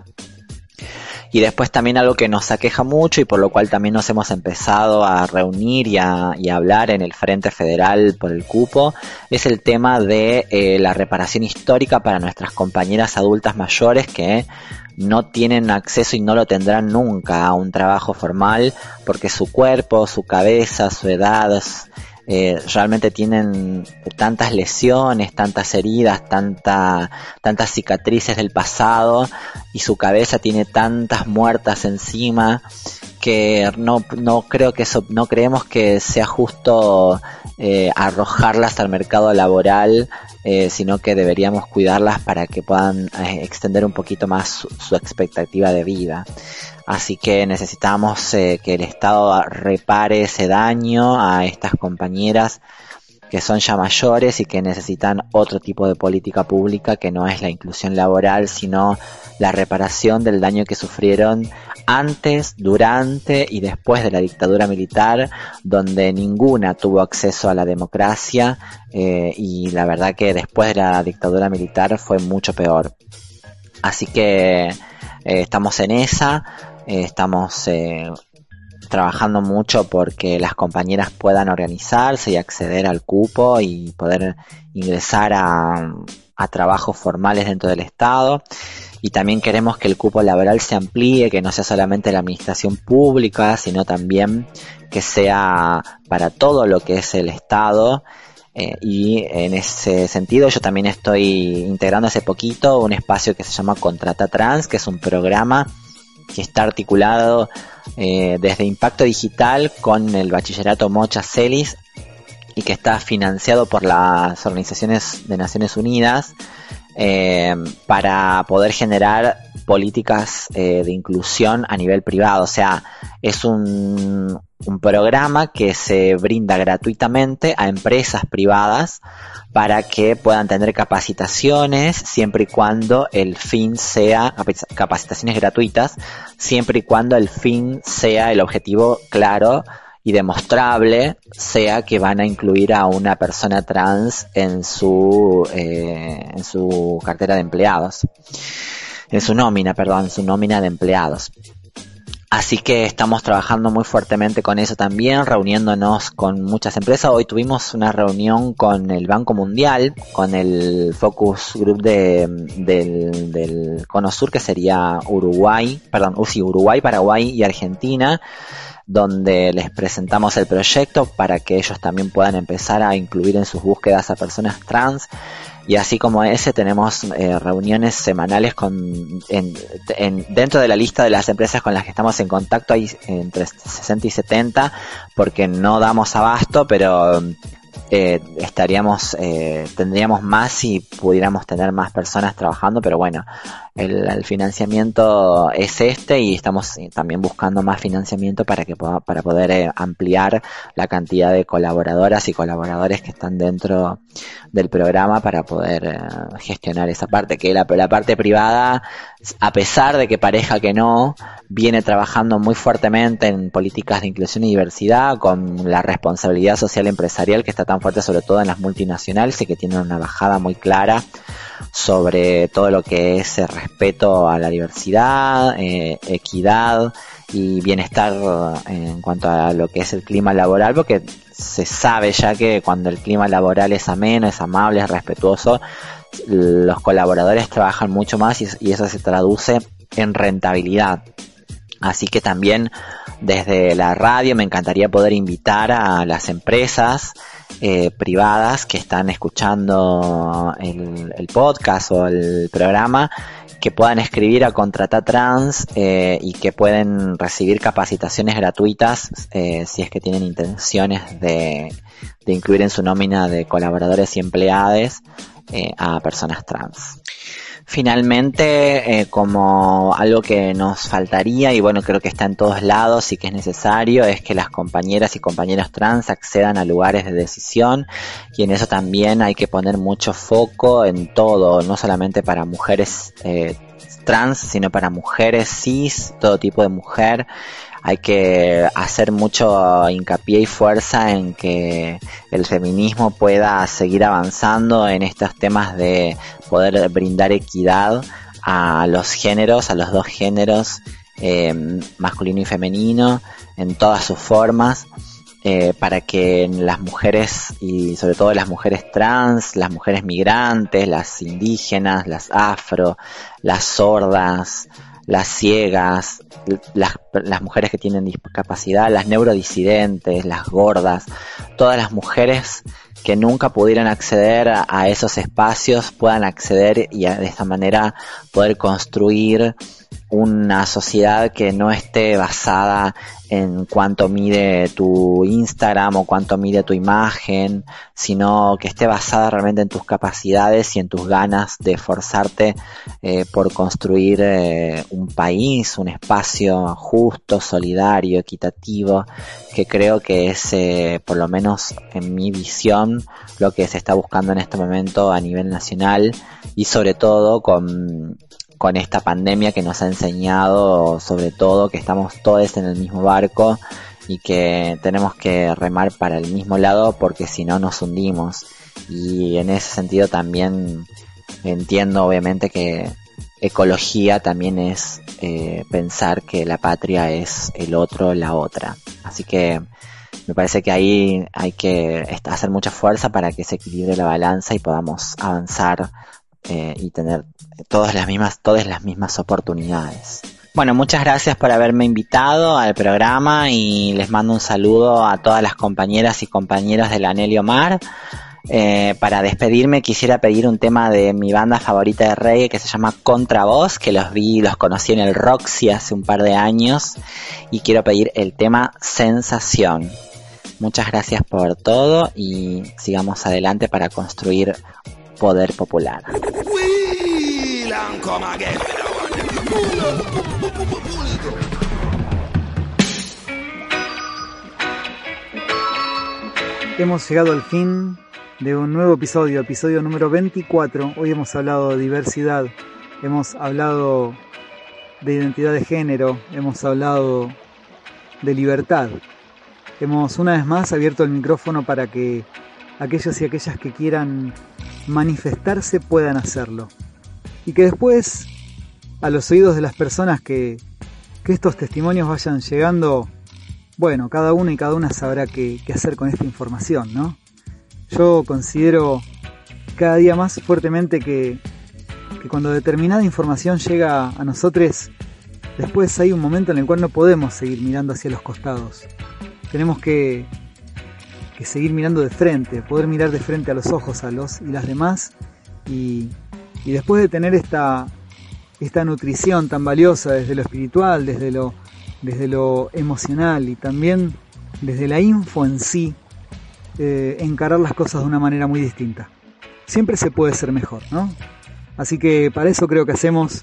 Y después también algo que nos aqueja mucho y por lo cual también nos hemos empezado a reunir y a, y a hablar en el Frente Federal por el cupo, es el tema de eh, la reparación histórica para nuestras compañeras adultas mayores que no tienen acceso y no lo tendrán nunca a un trabajo formal porque su cuerpo, su cabeza, su edad Eh, realmente tienen tantas lesiones, tantas heridas, tanta, tantas cicatrices del pasado y su cabeza tiene tantas muertas encima que no, no creo que eso, no creemos que sea justo eh, arrojarlas al mercado laboral, eh, sino que deberíamos cuidarlas para que puedan eh, extender un poquito más su, su expectativa de vida. Así que necesitamos eh, que el Estado repare ese daño a estas compañeras que son ya mayores y que necesitan otro tipo de política pública que no es la inclusión laboral, sino la reparación del daño que sufrieron antes, durante y después de la dictadura militar, donde ninguna tuvo acceso a la democracia eh, y la verdad que después de la dictadura militar fue mucho peor. Así que eh, estamos en esa. Eh, estamos eh, trabajando mucho porque las compañeras puedan organizarse y acceder al cupo y poder ingresar a, a trabajos formales dentro del Estado. Y también queremos que el cupo laboral se amplíe, que no sea solamente la administración pública, sino también que sea para todo lo que es el Estado. Eh, y en ese sentido yo también estoy integrando hace poquito un espacio que se llama Contrata Trans, que es un programa que está articulado eh, desde Impacto Digital con el Bachillerato Mocha Celis y que está financiado por las organizaciones de Naciones Unidas eh, para poder generar políticas eh, de inclusión a nivel privado. O sea, es un, un programa que se brinda gratuitamente a empresas privadas para que puedan tener capacitaciones siempre y cuando el fin sea, capacitaciones gratuitas, siempre y cuando el fin sea el objetivo claro y demostrable, sea que van a incluir a una persona trans en su, eh, en su cartera de empleados, en su nómina, perdón, en su nómina de empleados. Así que estamos trabajando muy fuertemente con eso también, reuniéndonos con muchas empresas. Hoy tuvimos una reunión con el Banco Mundial, con el Focus Group de, del, del Cono Sur, que sería Uruguay, perdón, uh, sí, Uruguay, Paraguay y Argentina, donde les presentamos el proyecto para que ellos también puedan empezar a incluir en sus búsquedas a personas trans. Y así como ese, tenemos eh, reuniones semanales con en, en, dentro de la lista de las empresas con las que estamos en contacto. Hay entre sesenta y setenta, porque no damos abasto, pero eh, estaríamos eh, tendríamos más si pudiéramos tener más personas trabajando, pero bueno, el, el financiamiento es este y estamos también buscando más financiamiento para que pueda, para poder eh, ampliar la cantidad de colaboradoras y colaboradores que están dentro del programa para poder eh, gestionar esa parte, que la, la parte privada, a pesar de que parezca que no, viene trabajando muy fuertemente en políticas de inclusión y diversidad, con la responsabilidad social empresarial que está tan fuerte, sobre todo en las multinacionales, y que tienen una bajada muy clara sobre todo lo que es el respeto a la diversidad, eh, equidad y bienestar en cuanto a lo que es el clima laboral, porque se sabe ya que cuando el clima laboral es ameno, es amable, es respetuoso, los colaboradores trabajan mucho más y, y eso se traduce en rentabilidad. Así que también desde la radio me encantaría poder invitar a las empresas eh, privadas que están escuchando el, el podcast o el programa, que puedan escribir a Contrata Trans eh, y que pueden recibir capacitaciones gratuitas eh, si es que tienen intenciones de, de incluir en su nómina de colaboradores y empleados eh, a personas trans. Finalmente, eh, como algo que nos faltaría, y bueno, creo que está en todos lados y que es necesario, es que las compañeras y compañeros trans accedan a lugares de decisión, y en eso también hay que poner mucho foco en todo, no solamente para mujeres eh, trans, sino para mujeres cis, todo tipo de mujer. Hay que hacer mucho hincapié y fuerza en que el feminismo pueda seguir avanzando en estos temas de poder brindar equidad a los géneros, a los dos géneros, eh, masculino y femenino, en todas sus formas, eh, para que las mujeres, y sobre todo las mujeres trans, las mujeres migrantes, las indígenas, las afro, las sordas, las ciegas, las, las mujeres que tienen discapacidad, las neurodisidentes, las gordas, todas las mujeres que nunca pudieron acceder a, a esos espacios puedan acceder y a, de esta manera poder construir una sociedad que no esté basada en cuánto mide tu Instagram o cuánto mide tu imagen, sino que esté basada realmente en tus capacidades y en tus ganas de esforzarte eh, por construir eh, un país, un espacio justo, solidario, equitativo, que creo que es, eh, por lo menos en mi visión, lo que se está buscando en este momento a nivel nacional, y sobre todo con con esta pandemia que nos ha enseñado sobre todo que estamos todos en el mismo barco y que tenemos que remar para el mismo lado, porque si no nos hundimos. Y en ese sentido también entiendo obviamente que ecología también es eh, pensar que la patria es el otro, la otra. Así que me parece que ahí hay que hacer mucha fuerza para que se equilibre la balanza y podamos avanzar Eh, y tener todas las mismas, todas las mismas oportunidades. Bueno, muchas gracias por haberme invitado al programa y les mando un saludo a todas las compañeras y compañeros de la Nelly Omar. Eh, para despedirme quisiera pedir un tema de mi banda favorita de reggae que se llama Contravoz, que los vi, los conocí en el Roxy hace un par de años, y quiero pedir el tema Sensación. Muchas gracias por todo y sigamos adelante para construir poder popular. Hemos llegado al fin de un nuevo episodio, episodio número veinticuatro. Hoy hemos hablado de diversidad, hemos hablado de identidad de género, hemos hablado de libertad. Hemos una vez más abierto el micrófono para que aquellos y aquellas que quieran manifestarse puedan hacerlo. Y que después, a los oídos de las personas que, que estos testimonios vayan llegando, bueno, cada uno y cada una sabrá qué, qué hacer con esta información, ¿no? Yo considero cada día más fuertemente que, que cuando determinada información llega a nosotros, después hay un momento en el cual no podemos seguir mirando hacia los costados. Tenemos que, que seguir mirando de frente, poder mirar de frente a los ojos a los y las demás, y, y después de tener esta, esta nutrición tan valiosa desde lo espiritual, desde lo desde lo emocional y también desde la info en sí, eh, encarar las cosas de una manera muy distinta. Siempre se puede ser mejor, ¿no? Así que para eso creo que hacemos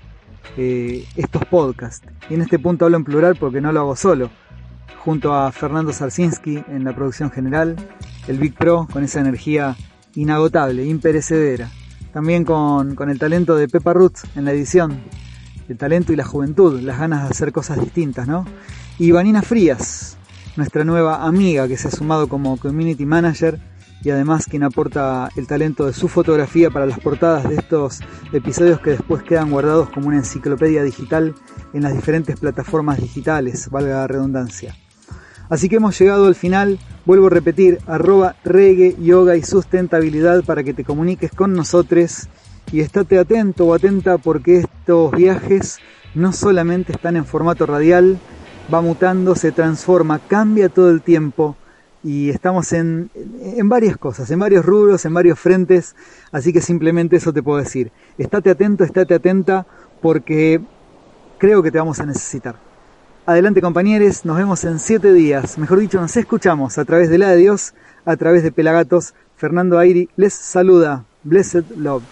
eh, estos podcasts. Y en este punto hablo en plural porque no lo hago solo. Junto a Fernando Sarsinski en la producción general, el Big Pro con esa energía inagotable, imperecedera. También con, con el talento de Pepa Roots en la edición. El talento y la juventud, las ganas de hacer cosas distintas, ¿no? Y Vanina Frías, nuestra nueva amiga que se ha sumado como community manager y además quien aporta el talento de su fotografía para las portadas de estos episodios que después quedan guardados como una enciclopedia digital en las diferentes plataformas digitales, valga la redundancia. Así que hemos llegado al final, vuelvo a repetir, arroba reggae, yoga y sustentabilidad para que te comuniques con nosotros. Y estate atento o atenta porque estos viajes no solamente están en formato radial, va mutando, se transforma, cambia todo el tiempo y estamos en, en varias cosas, en varios rubros, en varios frentes, así que simplemente eso te puedo decir. Estate atento, estate atenta porque creo que te vamos a necesitar. Adelante compañeros, nos vemos en siete días, mejor dicho nos escuchamos a través de la de Dios, a través de Pelagatos. Fernando Airi les saluda, Blessed Love.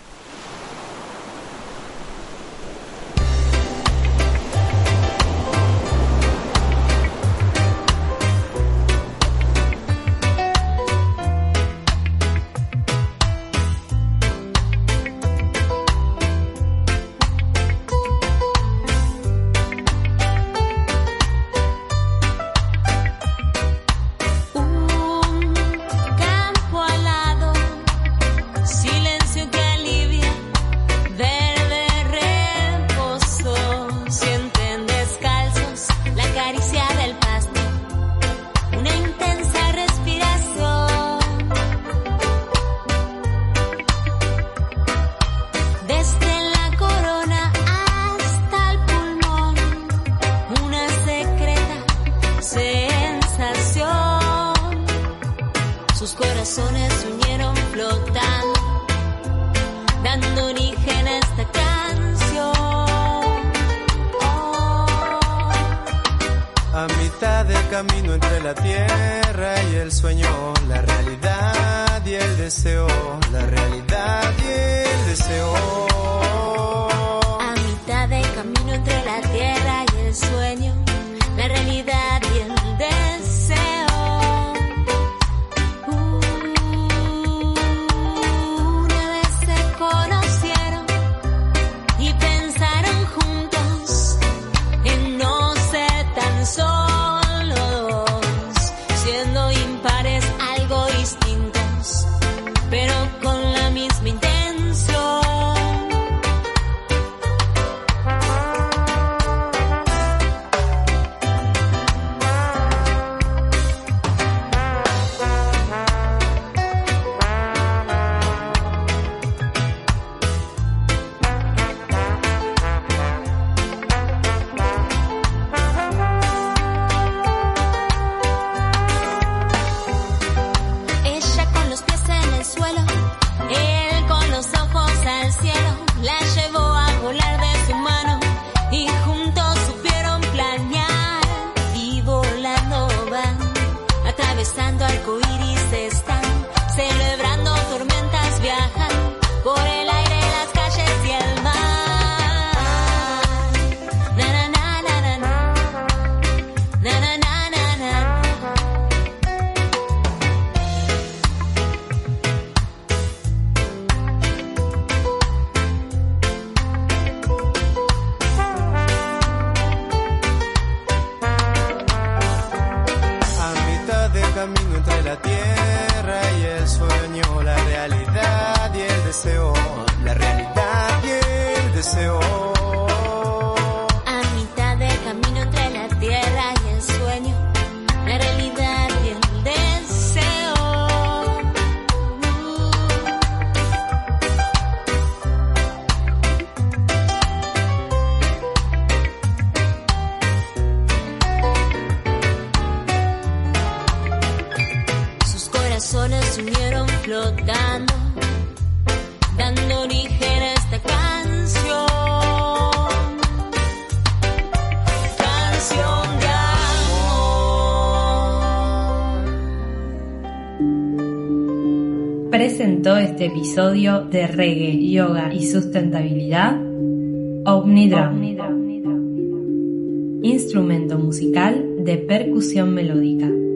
Sus corazones se unieron flotando, dando origen a esta canción. Oh. A mitad del camino entre la tierra y el sueño, la realidad y el deseo, la realidad y el deseo. A mitad del camino entre la tierra y el sueño, la realidad y el deseo. tocando, dando origen a esta canción, canción de amor. Presentó este episodio de Reggae, Yoga y Sustentabilidad Omnidrum, instrumento musical de percusión melódica.